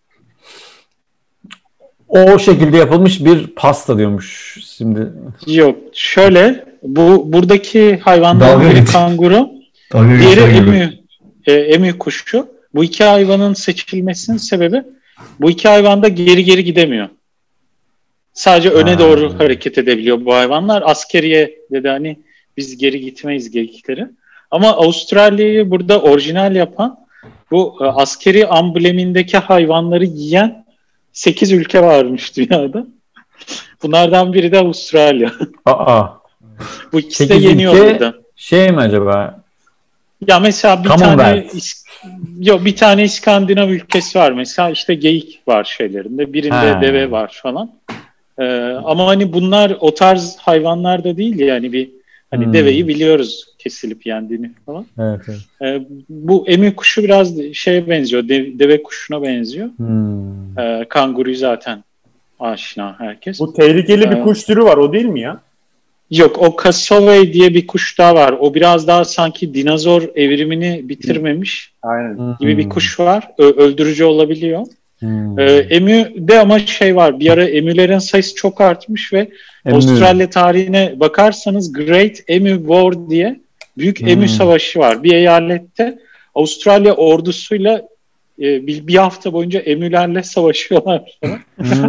A: O şekilde yapılmış bir pasta diyormuş şimdi.
C: Yok, şöyle buradaki hayvanların biri kanguru, diğeri emü kuşu. Bu iki hayvanın seçilmesinin sebebi bu iki hayvan da geri gidemiyor. Sadece öne doğru hareket edebiliyor bu hayvanlar. Askeriye dedi hani biz geri gitmeyiz geyikleri. Ama Avustralya'yı burada orijinal yapan bu askeri amblemindeki hayvanları yiyen 8 ülke varmış dünyada. Bunlardan biri de Avustralya. Bu ikisi de yeniyor burada.
A: Şey mi acaba?
C: Ya mesela bir tane İskandinav ülkesi var mesela, işte geyik var şeylerinde, birinde deve var falan. Ama hani bunlar o tarz hayvanlar da değil yani hani deveyi biliyoruz kesilip yendiğini falan.
A: Evet.
C: Bu emü kuşu biraz şeye benziyor, deve kuşuna benziyor. Kanguruyu zaten aşina herkes.
D: Bu tehlikeli bir kuş türü var, o değil mi ya?
C: Yok, o cassowary diye bir kuş daha var. O biraz daha sanki dinozor evrimini bitirmemiş gibi bir kuş var. Öldürücü olabiliyor. Emü de ama şey var, bir ara emülerin sayısı çok artmış ve Avustralya tarihine bakarsanız Great Emu War diye büyük emü savaşı var. Bir eyalette Avustralya ordusuyla bir hafta boyunca emülerle savaşıyorlar falan.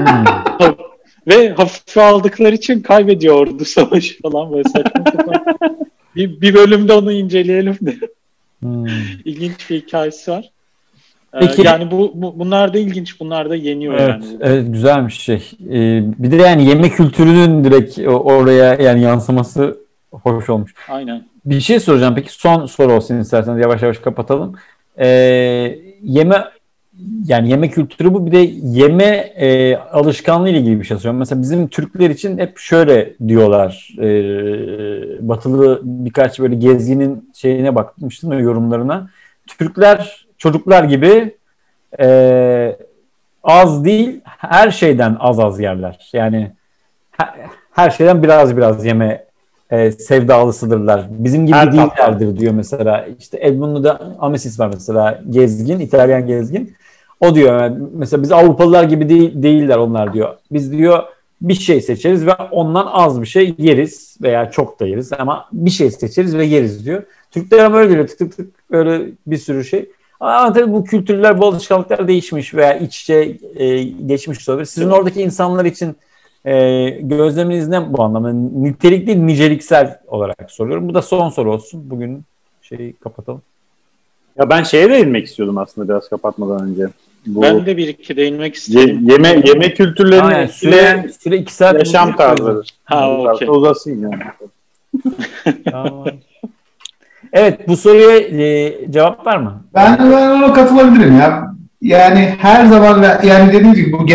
C: Ve hafife aldıkları için kaybediyor ordu savaşı falan. Böyle saçma. bir bölümde onu inceleyelim de. İlginç bir hikayesi var. Peki, yani bunlar da ilginç, bunlar da yeniyor yani.
A: Evet, güzelmiş şey. Bir de yani yemek kültürünün direkt oraya yani yansıması hoş olmuş.
C: Aynen.
A: Bir şey soracağım peki, son soru olsun isterseniz, yavaş yavaş kapatalım. Yemek kültürü bu, bir de yeme alışkanlığı ile ilgili bir şey soruyorum. Mesela bizim Türkler için hep şöyle diyorlar. Batılı birkaç böyle gezginin şeyine bakmıştım da, yorumlarına. Türkler çocuklar gibi az değil, her şeyden az yerler. Yani her şeyden biraz yeme sevdalısıdırlar. Bizim gibi
D: Her
A: değillerdir diyor mesela. İşte Edmundo de Amicis var mesela, gezgin, İtalyan gezgin. O diyor yani, mesela biz Avrupalılar gibi değiller onlar diyor. Biz diyor bir şey seçeriz ve ondan az bir şey yeriz veya çok da yeriz ama bir şey seçeriz ve yeriz diyor. Türkler ama öyle geliyor, tık tık tık öyle bir sürü şey. Ama tabii bu kültürler, bu alışkanlıklar değişmiş veya iç içe geçmiş olabilir. Sizin oradaki insanlar için gözleminiz ne bu anlamda? Nitelik değil, niceliksel olarak soruyorum. Bu da son soru olsun. Bugün şeyi kapatalım.
D: Ya ben şeye değinmek istiyordum aslında biraz kapatmadan önce.
C: Ben de bir iki değinmek istedim.
D: Yeme kültürlerini etkileyen
A: süre 2 saat
D: yaşam tarzları.
C: Okey.
D: Uzasın yani.
A: Tamam. Evet, bu soruya cevap var mı?
B: Ben ona katılabilirim ya. Yani her zaman, yani dediğim gibi bu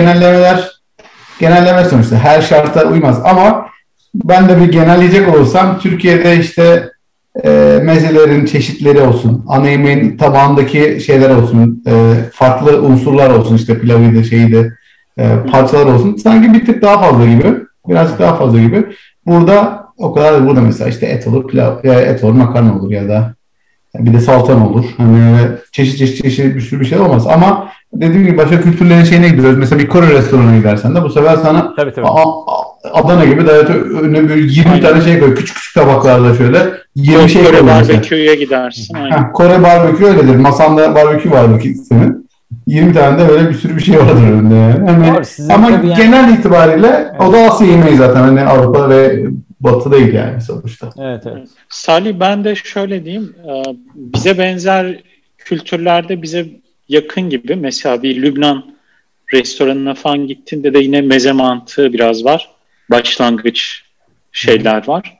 B: genelleme sonuçta her şarta uymaz ama ben de bir genelleyecek olursam Türkiye'de işte mezelerin çeşitleri olsun, ana yemeğin tabağındaki şeyler olsun, farklı unsurlar olsun, işte pilavıydı, şeydi, parçalar olsun. Sanki bir tık daha fazla gibi, birazcık daha fazla gibi. Burada o kadar da, burada mesela işte et olur, pilav, et olur, makarna olur ya da bir de salatan olur. Hani çeşit bir sürü bir şey olmaz. Ama dediğim gibi başka kültürlerin şeyine gidiyoruz. Mesela bir Kore restoranına gidersen de bu sefer sana
A: tabii.
B: Adana gibi önüne böyle 20 tane şey koy. Küçük tabaklarda şöyle 20 şey koy.
C: Kore barbeküye gidersin.
B: Kore barbekü öyledir. Masanda barbekü vardır senin. 20 tane de böyle bir sürü bir şey vardır önünde yani. Ama genel itibariyle o da Asya yemeği zaten. Hani Avrupa ve Batı değil yani sonuçta.
A: Evet.
C: Salih, ben de şöyle diyeyim. Bize benzer kültürlerde bize yakın gibi. Mesela bir Lübnan restoranına falan gittiğinde de yine meze mantığı biraz var. Başlangıç şeyler var.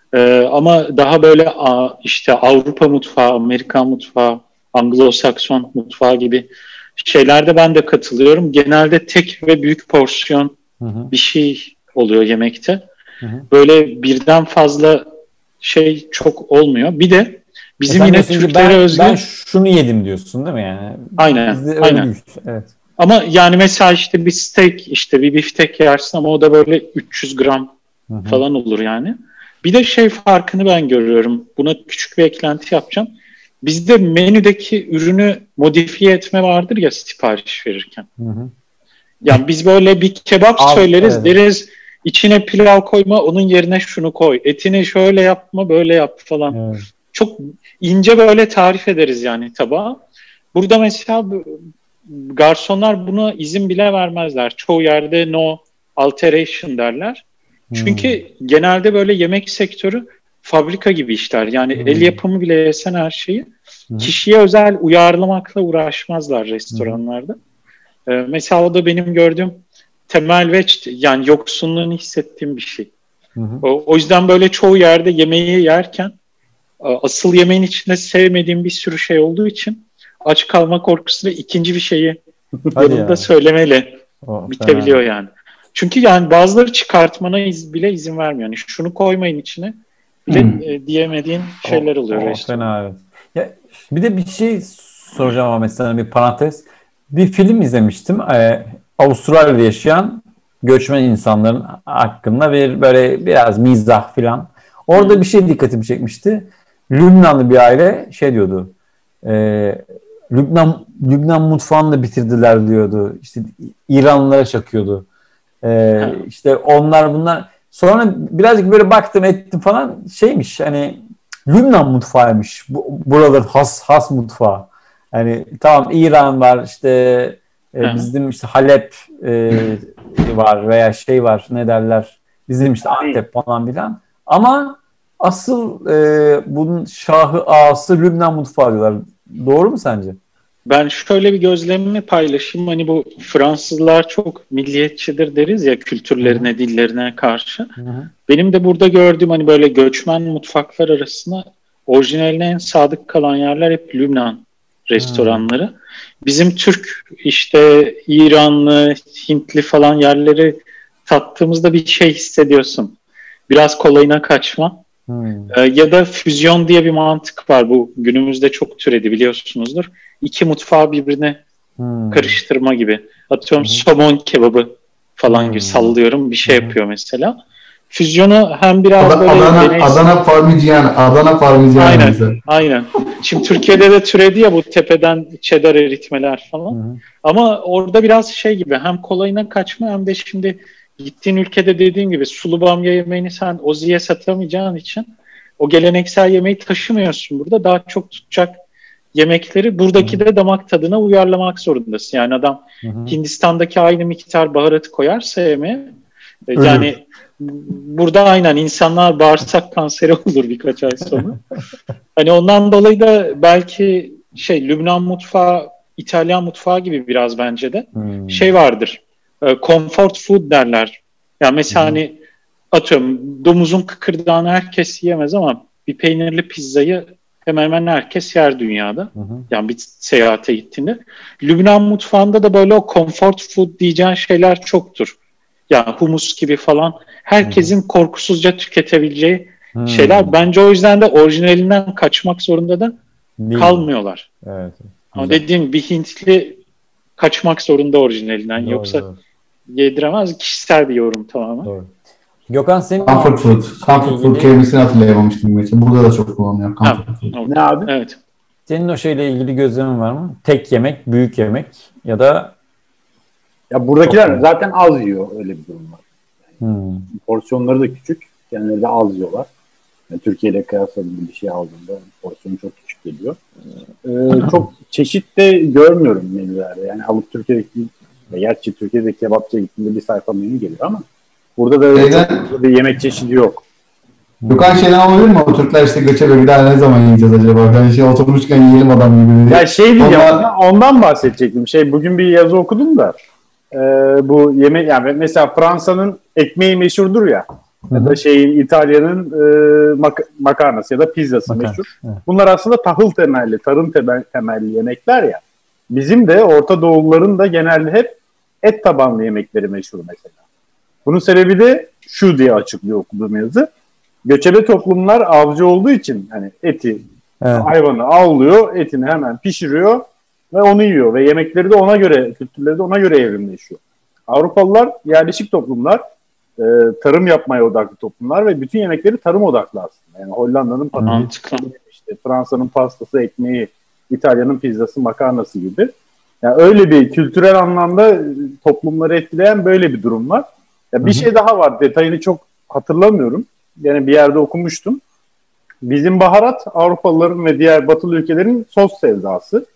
C: Ama daha böyle işte Avrupa mutfağı, Amerikan mutfağı, Anglo-Sakson mutfağı gibi şeylerde ben de katılıyorum. Genelde tek ve büyük porsiyon bir şey oluyor yemekte. Böyle birden fazla şey çok olmuyor. Bir de bizim yine Türklere özgü...
A: Ben şunu yedim diyorsun değil mi yani?
C: Aynen.
A: Evet.
C: Ama yani mesela işte bir steak, işte bir biftek yersin ama o da böyle 300 gram falan olur yani. Bir de şey farkını ben görüyorum. Buna küçük bir eklenti yapacağım. Bizde menüdeki ürünü modifiye etme vardır ya sipariş verirken. Yani biz böyle bir kebap söyleriz, deriz içine pilav koyma, onun yerine şunu koy. Etini şöyle yapma, böyle yap falan. Evet. Çok ince böyle tarif ederiz yani tabağa. Burada mesela garsonlar buna izin bile vermezler. Çoğu yerde no alteration derler. Çünkü genelde böyle yemek sektörü fabrika gibi işler. Yani el yapımı bile yesen her şeyi kişiye özel uyarlamakla uğraşmazlar restoranlarda. Mesela o da benim gördüğüm temel ve yani yoksunluğunu hissettiğim bir şey. O yüzden böyle çoğu yerde yemeği yerken asıl yemeğin içinde sevmediğim bir sürü şey olduğu için aç kalma korkusuyla ikinci bir şeyi yanında söylemeli bitebiliyor yani. Çünkü yani bazıları çıkartmana bile izin vermiyor. Yani şunu koymayın içine bile diyemediğin şeyler oluyor.
A: Fena, evet. Ya, bir de bir şey soracağım ama mesela bir parantez. Bir film izlemiştim. Avustralya'da yaşayan göçmen insanların hakkında böyle biraz mizah filan. Orada bir şey dikkatimi çekmişti. Lübnanlı bir aile şey diyordu. Lübnan mutfağını da bitirdiler diyordu. İşte İranlılara çakıyordu. İşte bunlar. Sonra birazcık böyle baktım ettim falan, şeymiş hani Lübnan mutfağıymış. Buraların has mutfağı. Yani tamam İran var işte bizim işte Halep var veya şey var, ne derler, bizim işte Antep falan filan. Ama asıl bunun şahı ağası Lübnan mutfağı diyorlar. Doğru mu sence?
C: Ben şöyle bir gözlemimi paylaşayım. Hani bu Fransızlar çok milliyetçidir deriz ya kültürlerine, dillerine karşı. Benim de burada gördüğüm hani böyle göçmen mutfaklar arasında orijinaline en sadık kalan yerler hep Lübnan restoranları. Bizim Türk işte İranlı, Hintli falan yerleri tattığımızda bir şey hissediyorsun. Biraz kolayına kaçma. Ya da füzyon diye bir mantık var. Bu günümüzde çok türedi biliyorsunuzdur. İki mutfağı birbirine karıştırma gibi. Atıyorum somon kebabı falan gibi sallıyorum bir şey yapıyor mesela. füzyonu hem biraz böyle
B: Adana Parmigiano.
C: Aynen. Aynen. Şimdi Türkiye'de de türedi ya bu tepeden cheddar eritmeler falan. Hı-hı. Ama orada biraz şey gibi, hem kolayına kaçma hem de şimdi gittiğin ülkede dediğim gibi sulu bamya yemeğini sen Ozi'ye satamayacağın için o geleneksel yemeği taşımıyorsun burada. Daha çok tutacak yemekleri buradaki de damak tadına uyarlamak zorundasın. Yani adam Hindistan'daki aynı miktar baharatı koyarsa yemeğe yani burada aynen insanlar bağırsak kanseri olur birkaç ay sonra. Hani ondan dolayı da belki Lübnan mutfağı, İtalyan mutfağı gibi biraz bence de şey vardır. Comfort food derler. Yani mesela hani atıyorum domuzun kıkırdağını herkes yiyemez ama bir peynirli pizzayı hemen hemen herkes yer dünyada. Yani bir seyahate gittiğinde. Lübnan mutfağında da böyle o comfort food diyeceğin şeyler çoktur. Yani humus gibi falan. Herkesin korkusuzca tüketebileceği şeyler. Bence o yüzden de orijinalinden kaçmak zorunda da kalmıyorlar.
A: Evet.
C: Ama dediğim bir Hintli kaçmak zorunda orijinalinden.
A: Doğru,
C: Yoksa
A: doğru.
C: yediremez. Kişisel bir yorum tamamen.
A: Doğru. Gökhan senin...
B: Comfort food kelimesini hatırlayamamıştım geçen. Burada da çok kullanılıyor.
D: Ne abi?
C: Evet.
A: Senin o şeyle ilgili gözlemin var mı? Tek yemek, büyük yemek ya da...
D: Ya buradakiler zaten az yiyor, öyle bir durum var. Porsiyonları da küçük. Kendileri de az yiyorlar. Yani Türkiye ile kıyasladığım bir şey aldığında porsiyonu çok küçük geliyor. Çok çeşit de görmüyorum menülerde. Yani alıp gerçi Türkiye'deki kebapçıya gittiğinde bir sayfa menü geliyor ama burada da öyle çok bir yemek çeşidi yok.
B: Gökhan şeyden olabilir mi? O Türkler işte göçebe bir daha ne zaman yiyeceğiz acaba? Yani oturmuşken yiyelim adam gibi.
D: Ya diyeceğim, ondan bahsedecektim. Bugün bir yazı okudum da bu yemek, yani mesela Fransa'nın ekmeği meşhurdur ya. Ya da İtalya'nın makarnası ya da pizzası meşhur. Evet. Bunlar aslında tahıl temelli, tarım temelli yemekler ya. Bizim de Orta Doğuluların da genelde hep et tabanlı yemekleri meşhur mesela. Bunun sebebi de şu diye açıklıyor okuduğum yazı. Göçebe toplumlar avcı olduğu için hani hayvanı avlıyor, etini hemen pişiriyor ve onu yiyor ve yemekleri de ona göre, kültürleri de ona göre evrimleşiyor. Avrupalılar yerleşik toplumlar, tarım yapmaya odaklı toplumlar ve bütün yemekleri tarım odaklı aslında. Yani Hollanda'nın patatesi, Fransa'nın pastası, ekmeği, İtalya'nın pizzası, makarnası gibi. Yani öyle bir kültürel anlamda toplumları etkileyen böyle bir durum var. Ya bir şey daha var, detayını çok hatırlamıyorum. Yani bir yerde okumuştum. Bizim baharat Avrupalıların ve diğer batılı ülkelerin sos sevdası.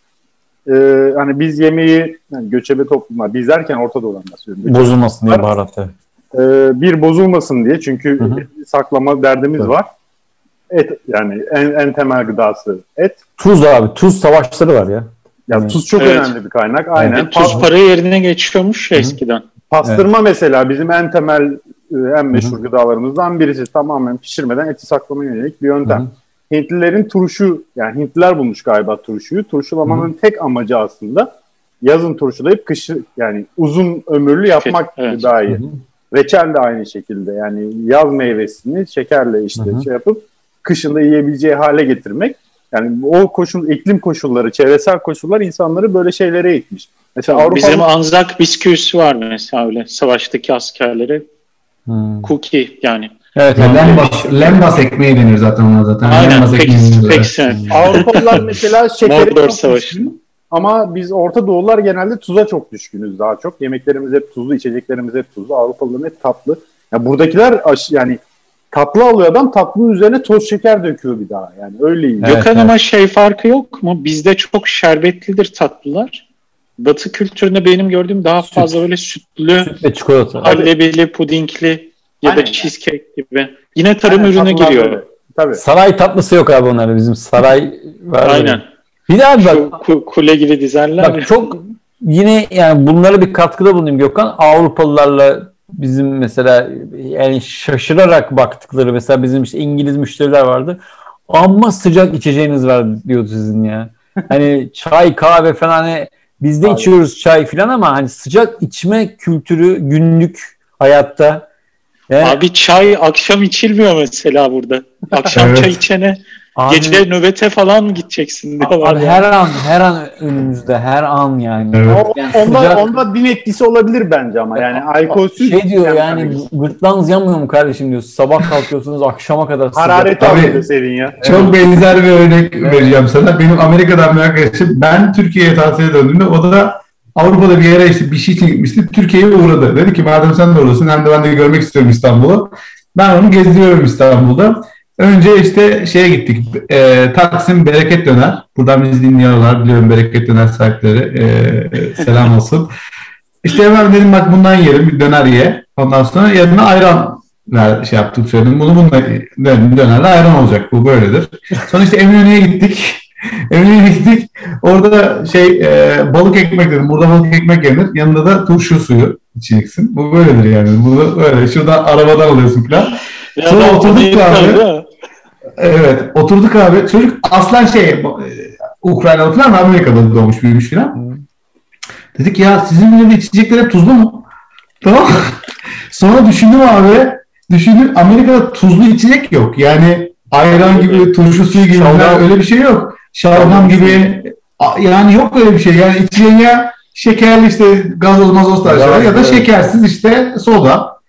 D: Hani biz yemeği, yani göçebe toplumlar, biz derken Orta Doğu'dan bahsediyorum.
A: Bozulmasın diye baharatı.
D: Bir bozulmasın diye, çünkü saklama derdimiz var. Et, yani en temel gıdası et.
A: Tuz abi, tuz savaşları var ya.
D: Ya tuz çok önemli bir kaynak. Aynen.
C: Tuz para yerine geçiyormuş eskiden.
D: Pastırma mesela bizim en temel, en meşhur gıdalarımızdan birisi. Tamamen pişirmeden eti saklamaya yönelik bir yöntem. Hintlilerin turşu, yani Hintliler bulmuş galiba turşuyu. Turşulamanın tek amacı aslında yazın turşulayıp kışı, yani uzun ömürlü yapmak gıdayı. Reçel de aynı şekilde, yani yaz meyvesini şekerle yapıp kışında yiyebileceği hale getirmek. Yani o iklim koşulları, çevresel koşullar insanları böyle şeylere itmiş. Mesela
C: bizim Anzak bisküvisi var mesela, öyle savaştaki askerlere. Cookie yani.
B: Evet, lembas ekmeği denir zaten ona zaten.
C: Aynen, peki.
D: Avrupalılar mesela şekere çok düşkün. Ama biz Orta Doğulular genelde tuza çok düşkünüz daha çok. Yemeklerimiz hep tuzlu, içeceklerimiz hep tuzlu. Avrupalıların hep tatlı. Yani buradakiler yani tatlı alıyor adam, tatlının üzerine toz şeker döküyor bir daha. Yani öyle yiyor.
C: Gökhan ama farkı yok mu? Bizde çok şerbetlidir tatlılar. Batı kültüründe benim gördüğüm daha fazla böyle sütlü,
A: ve çikolata,
C: hallebili, pudingli ya da cheesecake gibi. Yine tarım ürünü giriyor.
D: Tabii.
A: Saray tatlısı yok abi onlarda. Bizim saray var.
C: Aynen.
A: Bir daha bak.
C: Kule gibi dizerler.
A: Bak çok yine yani bunlara bir katkıda bulunayım Gökhan. Avrupalılarla bizim mesela yani şaşırarak baktıkları, mesela bizim işte İngiliz müşteriler vardı. Amma sıcak içeceğiniz var diyordu sizin ya. Hani çay, kahve falan, hani bizde içiyoruz çay falan ama hani sıcak içme kültürü günlük hayatta. Yani...
C: Abi çay akşam içilmiyor mesela burada. Akşam çay içene
A: Abi,
C: gece nöbete falan mı gideceksin diyorlar.
A: Abi her an önümüzde, her an yani.
B: Evet.
A: Yani
D: Onda din etkisi olabilir bence ama yani alkolsüz.
A: şey diyor yani gırtlağınız yanmıyor mu kardeşim diyor. Sabah kalkıyorsunuz akşama kadar
D: Harareti
B: Abi,
D: alıyor senin ya.
B: Çok benzer bir örnek vereceğim sana. Benim Amerika'dan bir arkadaşım, ben Türkiye'ye tatile döndüğümde o da Avrupa'da bir yere işte bir şey için gitmişti. Türkiye'ye uğradı. Dedi ki madem sen de oradasın hem de ben de görmek istiyorum İstanbul'u. Ben onu gezdiriyorum İstanbul'da. Önce işte şeye gittik. Taksim Bereket Döner. Buradan bizi dinliyorlar. Biliyorum Bereket Döner sahipleri. Selam olsun. İşte hemen dedim bak bundan yerim bir döner ye. Ondan sonra yanına ayran şey yaptık söyledim. Bununla dönerle ayran olacak. Bu böyledir. Sonra işte Eminönü'ye gittik. Orada balık ekmek dedim. Burada balık ekmek yenir. Yanında da turşu suyu içeceksin. Bu böyledir yani. Bunu böyle şuradan arabadan alıyorsun falan. Sonra oturduk abi. Evet, oturduk abi. Çocuk aslan Ukraynalı falan Amerika'da doğmuş büyümüş falan. Dedik ya sizin bir içecekler hep tuzlu mu? Tamam. Sonra düşündüm abi. Amerika'da tuzlu içecek yok. Yani ayran gibi, turşu suyu gibi öyle bir şey yok. Şalgam gibi yani yok öyle bir şey. Yani içeceğin ya şekerli işte gazoz mazoz tarzı ya da şekersiz işte soda.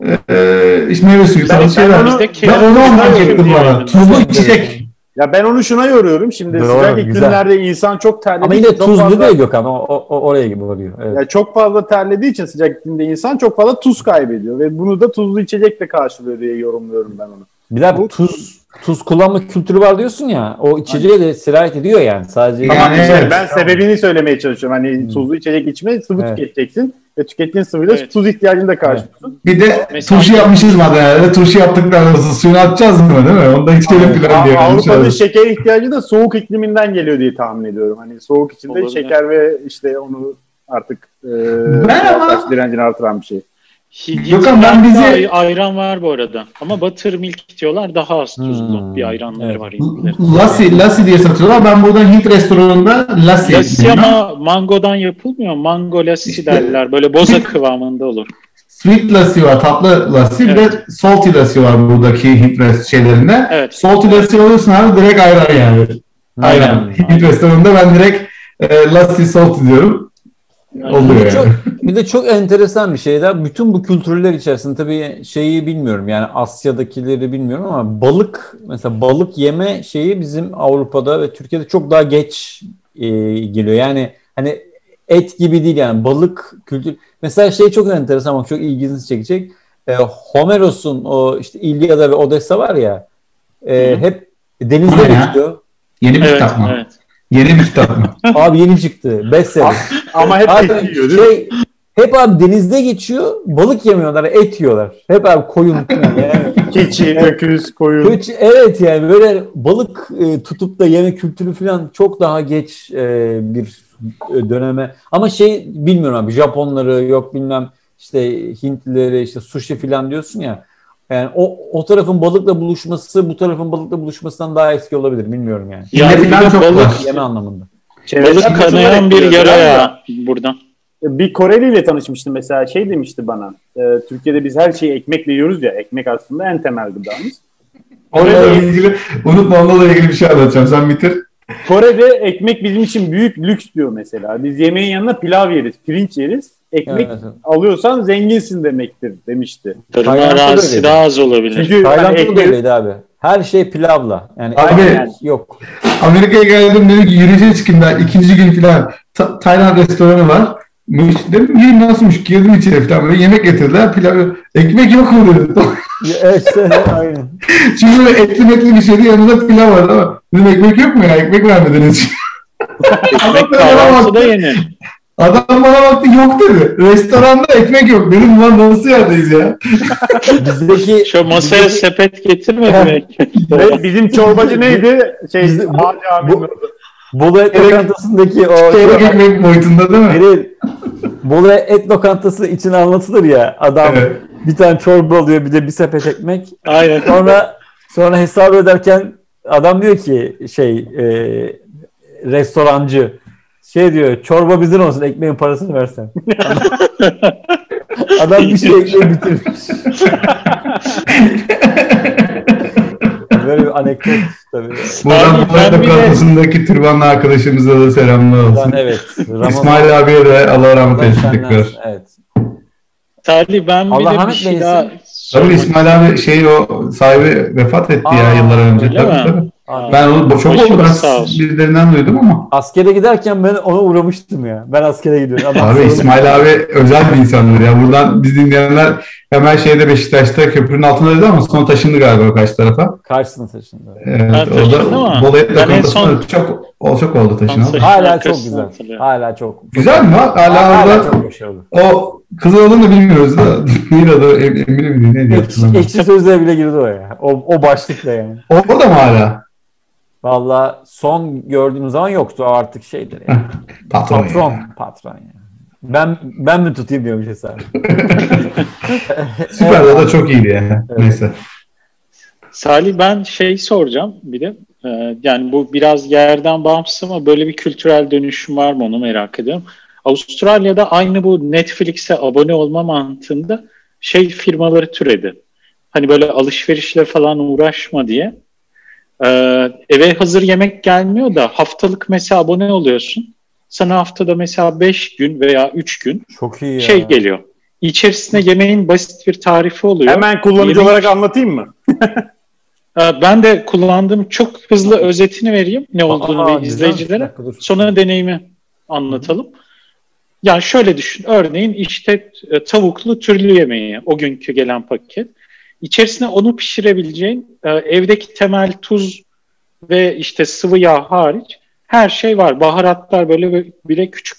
B: İşte meyve suyu tarzı şeyler. Ben onu anlatacaktım bana. Tuzlu içecek.
D: Ya ben onu şuna yoruyorum. Şimdi
A: doğru,
D: sıcak iklimlerde insan çok terlediği
A: ama yine tuzlu değil Gökhan. Oraya gibi oluyor. Evet.
D: Ya çok fazla terlediği için sıcak iklimde insan çok fazla tuz kaybediyor. Ve bunu da tuzlu içecekle karşılıyor diye yorumluyorum ben onu.
A: Bir daha tuz kullanma kültürü var diyorsun ya. O içeceğe de sirayet ediyor yani. Sadece
D: tamam, ben sebebini söylemeye çalışıyorum. Hani tuzlu içecek içme, sıvı tüketeceksin. Ve tükettiğin sıvıyla tuz ihtiyacını da karşılıyorsun.
B: Bir de turşu yapmışız madem. Turşu yaptıktan sonra suyunu atacağız mı değil mi? Onda içelim falan diye.
D: Avrupa'nın şeker ihtiyacı da soğuk ikliminden geliyor diye tahmin ediyorum. Hani soğuk içinde olabilir. Şeker ve işte onu artık direncini artıran bir şey.
B: Gökhan ben bize
C: ayran var bu arada. Ama buttermilk diyorlar daha az tuzlu bir ayranları var.
B: Lassi diye satıyorlar. Ben buradan Hint restoranında lassi
C: ama mangodan yapılmıyor. Mango lassi derler. Böyle boza kıvamında olur.
B: Sweet lassi var, tatlı lassi. Bir de salty lassi var buradaki Hint şeylerinde.
C: Evet.
B: Salty lassi alıyorsun abi direkt ayran yani. Ayran. Hint restoranında ben direkt lassi salty diyorum. Oluyor yani.
A: Bir de çok enteresan bir şey daha. Bütün bu kültürler içerisinde tabii şeyi bilmiyorum yani Asya'dakileri bilmiyorum ama balık yeme şeyi bizim Avrupa'da ve Türkiye'de çok daha geç geliyor. Yani hani et gibi değil yani balık kültürü. Mesela şey çok enteresan bak çok ilginizi çekecek. Homeros'un o işte İlyada ve Odessa var ya hep denizde geçiyor.
B: Yeni bir kitap mı? Evet. Yeni bir kitap mı?
A: Abi yeni çıktı. Bestseller.
D: Ama hep et yiyor değil mi?
A: Hep abi denizde geçiyor. Balık yemiyorlar. Et yiyorlar. Hep abi koyun. Yani.
D: Keçi, öküz, koyun.
A: Evet yani böyle balık tutup da yeme kültürü falan çok daha geç bir döneme. Ama bilmiyorum abi Japonları yok bilmem işte Hintlileri işte sushi falan diyorsun ya. Yani o tarafın balıkla buluşması bu tarafın balıkla buluşmasından daha eski olabilir bilmiyorum yani.
B: Yani
A: balık yeme anlamında.
C: Balık kanayan bir yara ya buradan.
D: Bir Koreli ile tanışmıştım mesela demişti bana. Türkiye'de biz her şeyi ekmekle yiyoruz ya. Ekmek aslında en temel gıdamız.
B: Onunla ilgili onunla ilgili bir şey anlatacağım. Sen bitir.
D: Kore'de ekmek bizim için büyük lüks diyor mesela. Biz yemeğin yanına pilav yeriz, pirinç yeriz. Ekmek alıyorsan zenginsin demektir demişti.
C: Tarım arazisi daha az olabilir.
A: Çünkü Tayland'da da öyleydi abi. Her şey pilavla. Yani
B: abi
A: yok.
B: Amerika'ya geldim dedi ki yürüyüşe çıkayım daha ikinci gün falan. Tayland restoranı var. Dedim yerim nasılmış girdim içeri falan böyle yemek getirdiler pilav ekmek yok mu dedi.
A: Aynen.
B: Çünkü böyle etli bir şeydi yanında pilav vardı ama dedim ekmek yok mu ya ekmek vermediniz.
C: Ekmek kahvaltıda yenir.
B: Adam bana baktı yok dedi. Restoranda ekmek yok. Dedim lan nasıl yerdeyiz ya?
A: Bizdeki
C: şu masaya sepet getirmedik.
D: Bizim çorbacı neydi? Hacı abinin
A: Bolu Et Lokantası'ndaki o
B: çeyrek ekmek boyutunda değil mi?
A: Bolu Et Lokantası için anlatılır ya. Adam bir tane çorba alıyor bir de bir sepet ekmek.
C: Aynen.
A: Sonra hesap öderken adam diyor ki restorancı diyor çorba bizden olsun ekmeğin parasını versen. Adam bir şey ekmeği bitirmiş. Böyle bir anekdot Tabii.
B: Buradan Polat Lokantası'ndaki türbanlı arkadaşımıza da selamlar olsun.
A: Evet.
B: İsmail abiye de Allah rahmet eylesin tekrar.
A: Evet.
C: Salih ben bir de bir şey daha
B: Tabii İsmail abi o sahibi vefat etti yıllar önce. Tabii. Ben onu çok oldu. Ben birilerinden duydum ama.
A: Askere giderken ben ona uğramıştım ya. Ben askere gidiyorum.
B: Abi İsmail abi özel bir insandır ya. Buradan biz dinleyenler hemen Beşiktaş'ta köprünün altında dedi ama sonra taşındı galiba kaç tarafa.
A: Karşısına taşındı.
B: Evet, o da Bolu Et Lokantası'na çok oldu taşınalı.
A: Hala çok güzel. Hala çok.
B: Güzel mi? Hala çok başarılı. O kızı olduğunu bilmiyoruz da. Neydi adı? Emine mi neydi?
A: Ekşi Sözlüğe bile girdi o ya. O başlıkla yani.
B: O da mı hala?
A: Valla son gördüğüm zaman yoktu. Artık şeydir yani. Patron yani. Ben mi tutayım diyormuş hesabı.
B: Süper, o da çok iyiydi yani. Evet. Neyse.
C: Salih ben soracağım bir de. Yani bu biraz yerden bağımsız ama böyle bir kültürel dönüşüm var mı onu merak ediyorum. Avustralya'da aynı bu Netflix'e abone olma mantığında firmaları türedi. Hani böyle alışverişle falan uğraşma diye. Eve hazır yemek gelmiyor da haftalık mesela abone oluyorsun. Sana haftada mesela 5 gün veya 3 gün
A: çok iyi ya.
C: Geliyor. İçerisinde yemeğin basit bir tarifi oluyor.
D: Hemen kullanıcı olarak anlatayım mı?
C: Ben de kullandığım çok hızlı özetini vereyim ne olduğunu izleyicilere. Sonra deneyimi anlatalım. Yani şöyle düşün. Örneğin tavuklu türlü yemeği o günkü gelen paket. İçerisine onu pişirebileceğin evdeki temel tuz ve sıvı yağ hariç her şey var. Baharatlar böyle bile küçük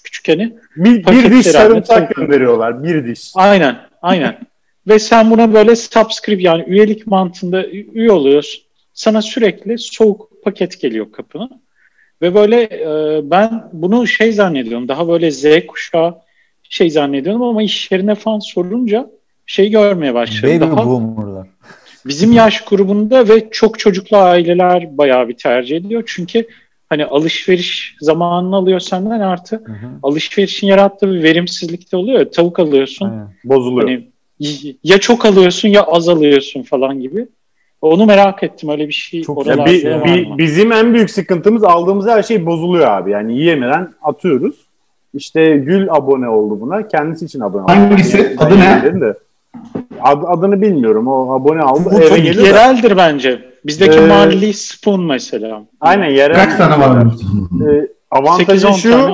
D: bir diş sarımsak gönderiyorlar. Bir diş.
C: Aynen. Ve sen buna böyle subscribe yani üyelik mantığında üye oluyorsun. Sana sürekli soğuk paket geliyor kapına. Ve böyle ben bunu zannediyorum. Daha böyle Z kuşağı zannediyorum ama iş yerine falan sorunca görmeye başladım.
A: Baby boomer'lar.
C: Bizim yaş grubunda ve çok çocuklu aileler bayağı bir tercih ediyor. Çünkü hani alışveriş zamanını alıyor senden artı alışverişin yarattığı bir verimsizlik de oluyor. Tavuk alıyorsun.
A: Aynen.
D: Bozuluyor.
C: Hani, ya çok alıyorsun ya az alıyorsun falan gibi. Onu merak ettim. Öyle bir şey oralarda var mı?
D: Bizim en büyük sıkıntımız aldığımız her şey bozuluyor abi. Yani yiyemeden atıyoruz. Gül abone oldu buna. Kendisi için abone oldu.
B: Hangisi?
D: Yani,
B: adı ne?
D: Adını bilmiyorum. O abone aldı.
C: Bu çok yereldir bence. Bizdeki Marley Spoon mesela.
D: Aynen yerel.
B: Kaç tane var?
D: Avantajı şu.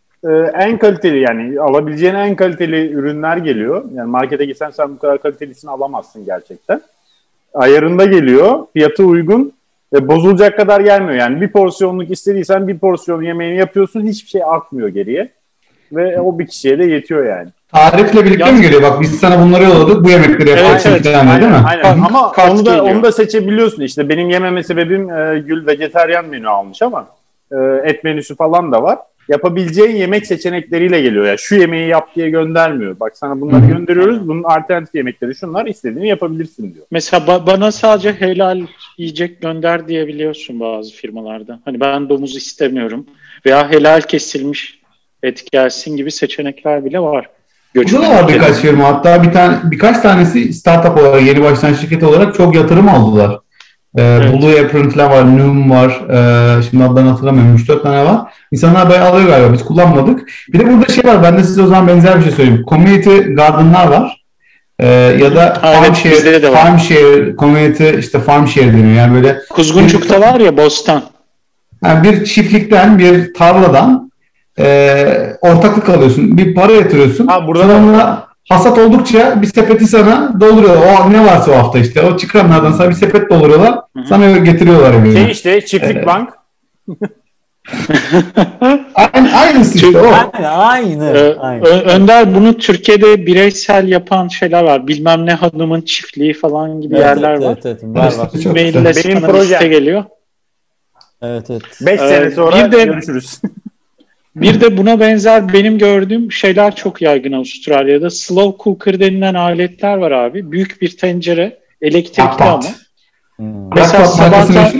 D: En kaliteli yani alabileceğin en kaliteli ürünler geliyor. Yani markete gitsen sen bu kadar kalitelisini alamazsın gerçekten. Ayarında geliyor. Fiyatı uygun. Bozulacak kadar gelmiyor. Yani bir porsiyonluk istediysen bir porsiyon yemeğini yapıyorsun. Hiçbir şey artmıyor geriye. Ve o bir kişiye de yetiyor yani.
B: Tarifle birlikte mi geliyor? Bak biz sana bunları yolladık. Bu yemekleri yapacaksın değil mi?
D: Aynen. Ama onu da seçebiliyorsun. Benim yememe sebebim Gül vejetaryen menü almış ama et menüsü falan da var. Yapabileceğin yemek seçenekleriyle geliyor. Yani şu yemeği yap diye göndermiyor. Bak sana bunları gönderiyoruz. Bunun alternatif yemekleri şunlar. İstediğini yapabilirsin diyor.
C: Mesela bana sadece helal yiyecek gönder diyebiliyorsun bazı firmalarda. Hani ben domuz istemiyorum. Veya helal kesilmiş et gelsin gibi seçenekler bile var.
B: Burada da var birkaç firma. Hatta birkaç tanesi startup olarak, yeni başlayan şirket olarak çok yatırım aldılar. Blue Apron falan var, Noom var. Şimdi adlarını hatırlamıyorum. 3-4 tane var. İnsanlar bayağı alıyor galiba. Biz kullanmadık. Bir de burada var. Ben de size o zaman benzer bir şey söyleyeyim. Community Garden'lar var. Ya da Farm Share, Community Farm Share deniyor. Yani böyle
C: Kuzguncuk'ta var ya bostan.
B: Yani bir çiftlikten, bir tarladan ortaklık alıyorsun. Bir para yatırıyorsun. Sonra hasat oldukça bir sepeti sana dolduruyorlar. O ne varsa o hafta o çıkanlardan sana bir sepet dolduruyorlar. Hı-hı. Sana getiriyorlar evine.
D: Çiftlik bank.
B: Aynısı o.
A: Aynı.
C: Önder bunu Türkiye'de bireysel yapan şeyler var. Bilmem ne hanımın çiftliği falan gibi yerler var.
A: Evet, var.
C: Maille sana liste geliyor.
A: Evet.
D: 5 sene sonra görüşürüz.
C: Bir de buna benzer benim gördüğüm şeyler çok yaygın Avustralya'da. Slow cooker denilen aletler var abi. Büyük bir tencere, elektrikli ama. Mesela sabahta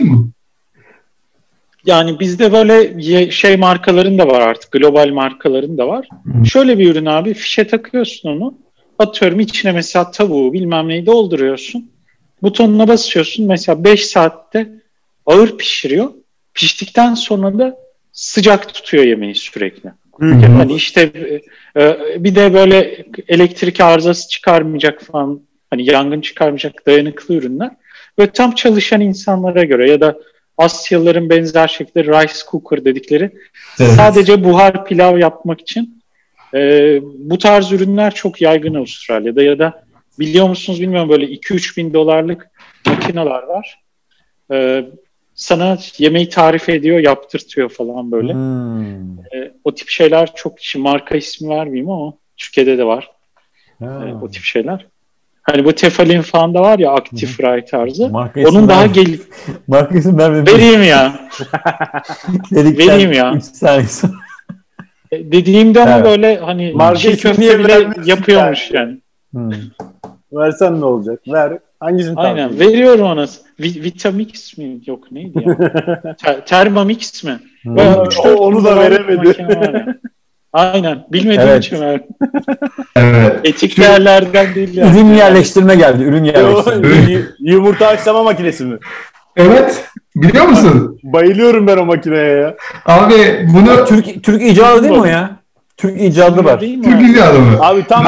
C: yani bizde böyle markaların da var artık. Global markaların da var. Şöyle bir ürün abi. Fişe takıyorsun onu. Atıyorum içine mesela tavuğu bilmem neyi dolduruyorsun. Butonuna basıyorsun. Mesela 5 saatte ağır pişiriyor. Piştikten sonra da sıcak tutuyor yemeği sürekli. Hani işte bir de böyle elektrik arızası çıkarmayacak falan, hani yangın çıkarmayacak dayanıklı ürünler. Böyle tam çalışan insanlara göre ya da Asyalıların benzer şekilde rice cooker dedikleri sadece buhar pilav yapmak için bu tarz ürünler çok yaygın Avustralya'da. Ya da biliyor musunuz bilmiyorum, böyle 2-3 bin dolarlık makineler var. Sana yemeği tarif ediyor, yaptırtıyor falan böyle. O tip şeyler çok, marka ismi vermeyeyim ama Türkiye'de de var. O tip şeyler. Hani bu Tefal'in falan da var ya, aktif ray tarzı. Onun daha gelip
A: marka isim
C: vereyim ya. Vereyim ya. Dediğimde ama böyle hani çiğ köfte bile yapıyormuş yani.
D: Versen ne olacak? Ver. Hangisini
C: aynen veriyorum ona. Vitamix mi? Yok neydi ya? Thermomix mi?
D: Onu da veremedi.
C: Aynen. Bilmediğim için verdim.
B: Evet.
C: Etik değerlerden değil yani.
A: Ürün yerleştirme geldi. Ürün yerleştirme.
D: Yumurta haşlama makinesi mi?
B: Evet. Biliyor musun?
D: Bayılıyorum ben o makineye ya.
B: Abi bunu
A: Türk icadı değil mi o ya? Türk icadı var.
B: Türk icadı mı?
D: Abi tam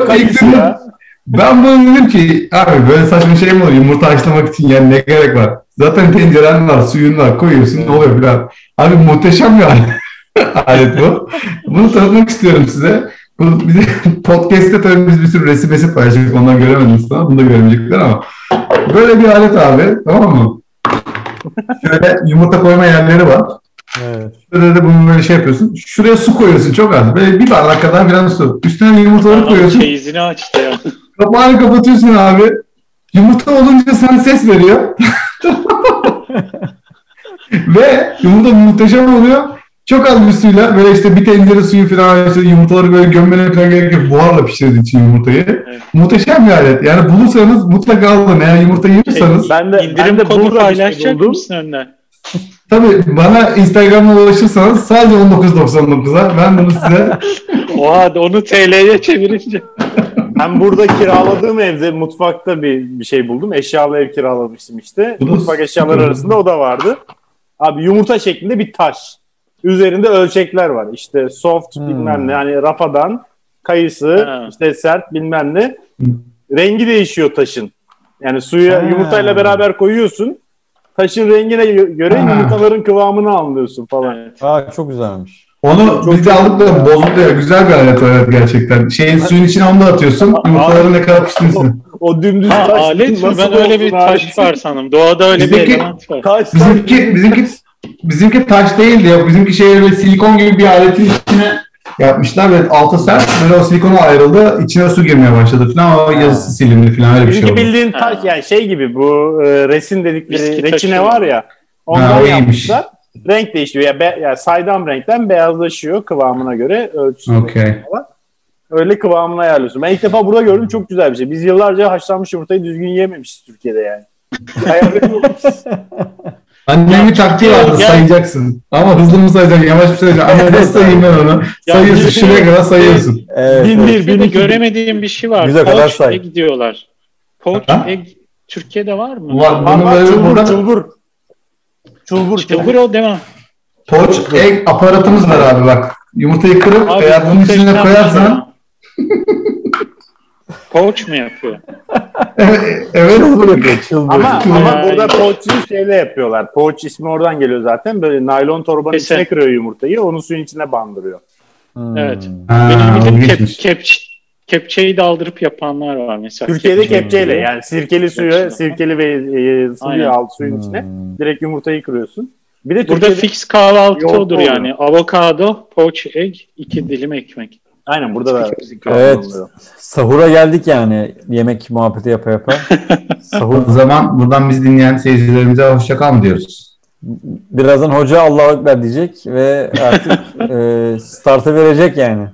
B: ben bunu dedim ki abi böyle saçma şey mi olur? Yumurta haşlamak için yani ne gerek var? Zaten tenceren var, suyun var, koyuyorsun ne oluyor filan. Abi muhteşem bir alet bu. Bunu tanıtmak istiyorum size. Bize podcast'te tabii biz bir sürü resim paylaştık, ondan göremediniz sana. Bunu da göremeyecekler ama. Böyle bir alet abi, tamam mı? Şöyle yumurta koyma yerleri var.
A: Evet.
B: Şurada da bunu böyle şey yapıyorsun. Şuraya su koyuyorsun çok az. Böyle bir bardak kadar falan su. Üstüne yumurtaları koyuyorsun.
C: Çeyizini açtı ya.
B: Kapağını kapatıyorsun abi. Yumurta olunca sana ses veriyor. Ve yumurta muhteşem oluyor. Çok az bir suyla böyle işte bir tencere suyu falan, işte yumurtaları böyle gömmene falan gerek yok. Buharla pişirdiği için yumurtayı. Evet. Muhteşem bir alet. Yani bulursanız mutlaka alın. Eğer yumurta yiyorsanız.
C: Ben de kodu paylaşacak mısın önüne?
B: Tabii bana Instagram'da ulaşırsanız sadece 19.99'a ben bunu size...
C: Oha, onu TL'ye çevirince.
D: Ben burada kiraladığım evde mutfakta bir şey buldum. Eşyalı ev kiralamıştım işte. Mutfak eşyaları arasında o da vardı. Abi yumurta şeklinde bir taş. Üzerinde ölçekler var. İşte soft bilmem ne, yani rafadan, kayısı, işte sert bilmem ne. Rengi değişiyor taşın. Yani suya yumurtayla beraber koyuyorsun. Taşın rengine göre yumurtaların kıvamını anlıyorsun falan.
C: Evet.
A: Çok güzelmiş.
B: Onu biz de aldık da bozuldu ya. Güzel bir alet evet gerçekten. Suyun içine onu da atıyorsun. Yumurtaları ne kadar piştirirsin.
D: O dümdüz taş.
C: Alet mi? Ben öyle bir taş var sanırım. Doğada öyle bir element var.
B: Bizimki taş değildi ya. Bizimki böyle silikon gibi bir aletin içine yapmışlar. Böyle altı sert. Böyle o silikonu ayrıldı. İçine su girmeye başladı falan. O yazısı silindi falan, öyle bir şey oldu.
D: Bildiğin taş yani şey gibi, bu resin dedikleri reçine var ya. Ondan yapmışlar. Renk değişiyor. Yani saydam renkten beyazlaşıyor kıvamına göre ölçüsünde falan. Öyle kıvamına ayarlıyorsun. Ben ilk defa burada gördüm, çok güzel bir şey. Biz yıllarca haşlanmış yumurtayı düzgün yememişiz Türkiye'de yani.
B: Annemin taktiği vardı, sayacaksın. Ama hızlı mı sayacaksın, yavaş mı sayacaksın? Anne nasıl sayayım ben onu? Sayıyorsun, şuraya kadar sayıyorsun.
C: Bir göremediğim bir şey var.
A: Güzel kadar say.
C: Gidiyorlar. Poach egg Türkiye'de var mı?
B: Var.
C: Çılbır o değil mi?
B: Poach egg aparatımız var abi bak. Yumurtayı kırıp eğer bunun içine koyarsan...
C: Poach mu yapıyor?
B: Evet.
D: Ama burada poach'u şeyle yapıyorlar. Poach ismi oradan geliyor zaten. Böyle naylon torbanın içine kırıyor yumurtayı. Onu suyun içine bandırıyor.
C: Evet. Benim bildiğim kepçeyi daldırıp yapanlar var mesela.
D: Türkiye'de kepçeyle yani sirkeli suyu, sirkeli ve sıvıyı suyun içine direkt yumurtayı kırıyorsun. Bir de
C: burada fix kahvaltı olur yani. Avokado, poach egg, 2 dilim ekmek.
D: Aynen, burada da.
A: Evet. Sahura geldik yani, yemek muhabbeti yapa.
B: Sahur. O zaman buradan bizi dinleyen seyircilerimize hoşça kal mı diyoruz?
A: Birazdan hoca Allahu Ekber diyecek ve artık startı verecek yani.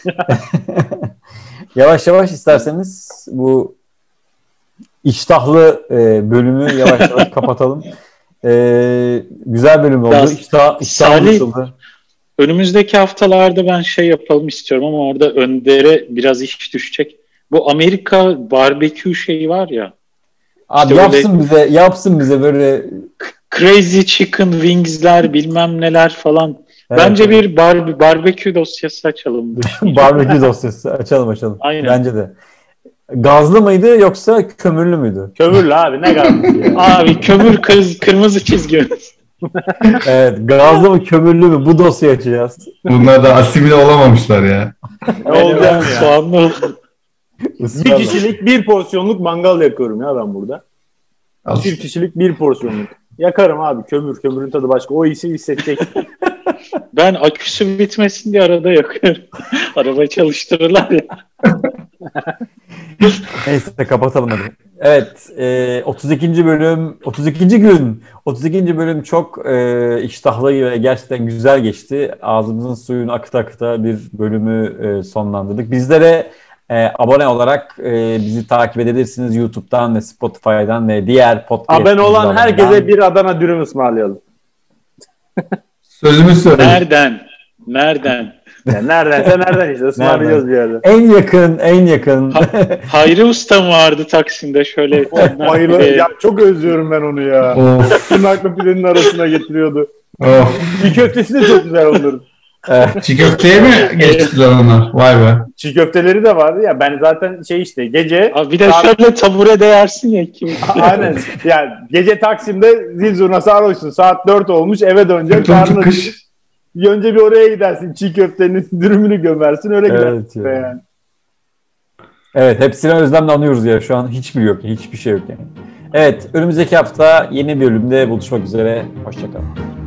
A: Yavaş yavaş isterseniz bu iştahlı bölümü yavaş yavaş kapatalım. Güzel bölüm oldu. İştah anlaşıldı.
C: Önümüzdeki haftalarda ben yapalım istiyorum ama orada Önder'e biraz iş düşecek. Bu Amerika barbekü şeyi var ya.
A: Abi işte yapsın bize böyle
C: Crazy Chicken Wings'ler bilmem neler falan.
A: Evet,
C: Bence
A: evet.
C: bir barbekü dosyası açalım.
A: Barbekü dosyası. Açalım.
C: Aynen.
A: Bence de. Gazlı mıydı yoksa kömürlü müydü?
D: Kömürlü abi, ne gazlısı ya.
C: Abi kömür kırmızı çizgi.
A: Evet. Gazlı mı kömürlü mü? Bu dosyayı açacağız.
B: Bunlar da asimile olamamışlar ya.
D: Ne olacak ya?
C: Soğanlı.
D: Bir
A: Israrla.
D: kişilik bir porsiyonluk mangal yakıyorum ya ben burada.
B: Al.
D: Bir kişilik bir porsiyonluk. Yakarım abi, kömürün tadı başka. O hissi hissedecek.
C: Ben aküsü bitmesin diye arada yakıyorum. Arabayı çalıştırırlar ya.
A: Neyse kapatalım hadi. Evet, 32. bölüm, 32. bölüm çok iştahlı ve gerçekten güzel geçti. Ağzımızın suyunu akıta akıta bir bölümü sonlandırdık. Bizlere abone olarak bizi takip edebilirsiniz YouTube'dan ve Spotify'dan ve diğer podcast.
D: Abone olan herkese bir Adana dürüm ısmarlayalım.
B: Sözümüz söyle.
C: Nereden?
D: Yani nereden işte ısmarlayacağız bir yerde.
A: En yakın.
C: Hayri Usta mı vardı Taksim'de şöyle?
D: Bayılırım. Ya çok özlüyorum ben onu ya.
B: Of,
D: Tırnaklı pidenin arasına getiriyordu.
B: of.
D: Çiğ köftesi de çok güzel onların.
B: Çiğ köfteye mi geçtiler onlar? Vay be.
D: Çiğ köfteleri de vardı ya. Ben zaten işte gece...
C: Abi bir de şöyle taburede yersin ya.
D: Aynen. Yani gece Taksim'de zil zurna sarhoşsun. Saat 4 olmuş, eve dönecek. Karnın acıkmış. Önce bir oraya gidersin. Çiğ köftenin dürümünü gömersin. Öyle gidersin.
A: Evet,
D: Yani.
A: Evet, hepsini özlemle anıyoruz ya. Şu an hiçbir yok. Hiçbir şey yok yani. Evet, önümüzdeki hafta yeni bir bölümde buluşmak üzere. Hoşçakalın.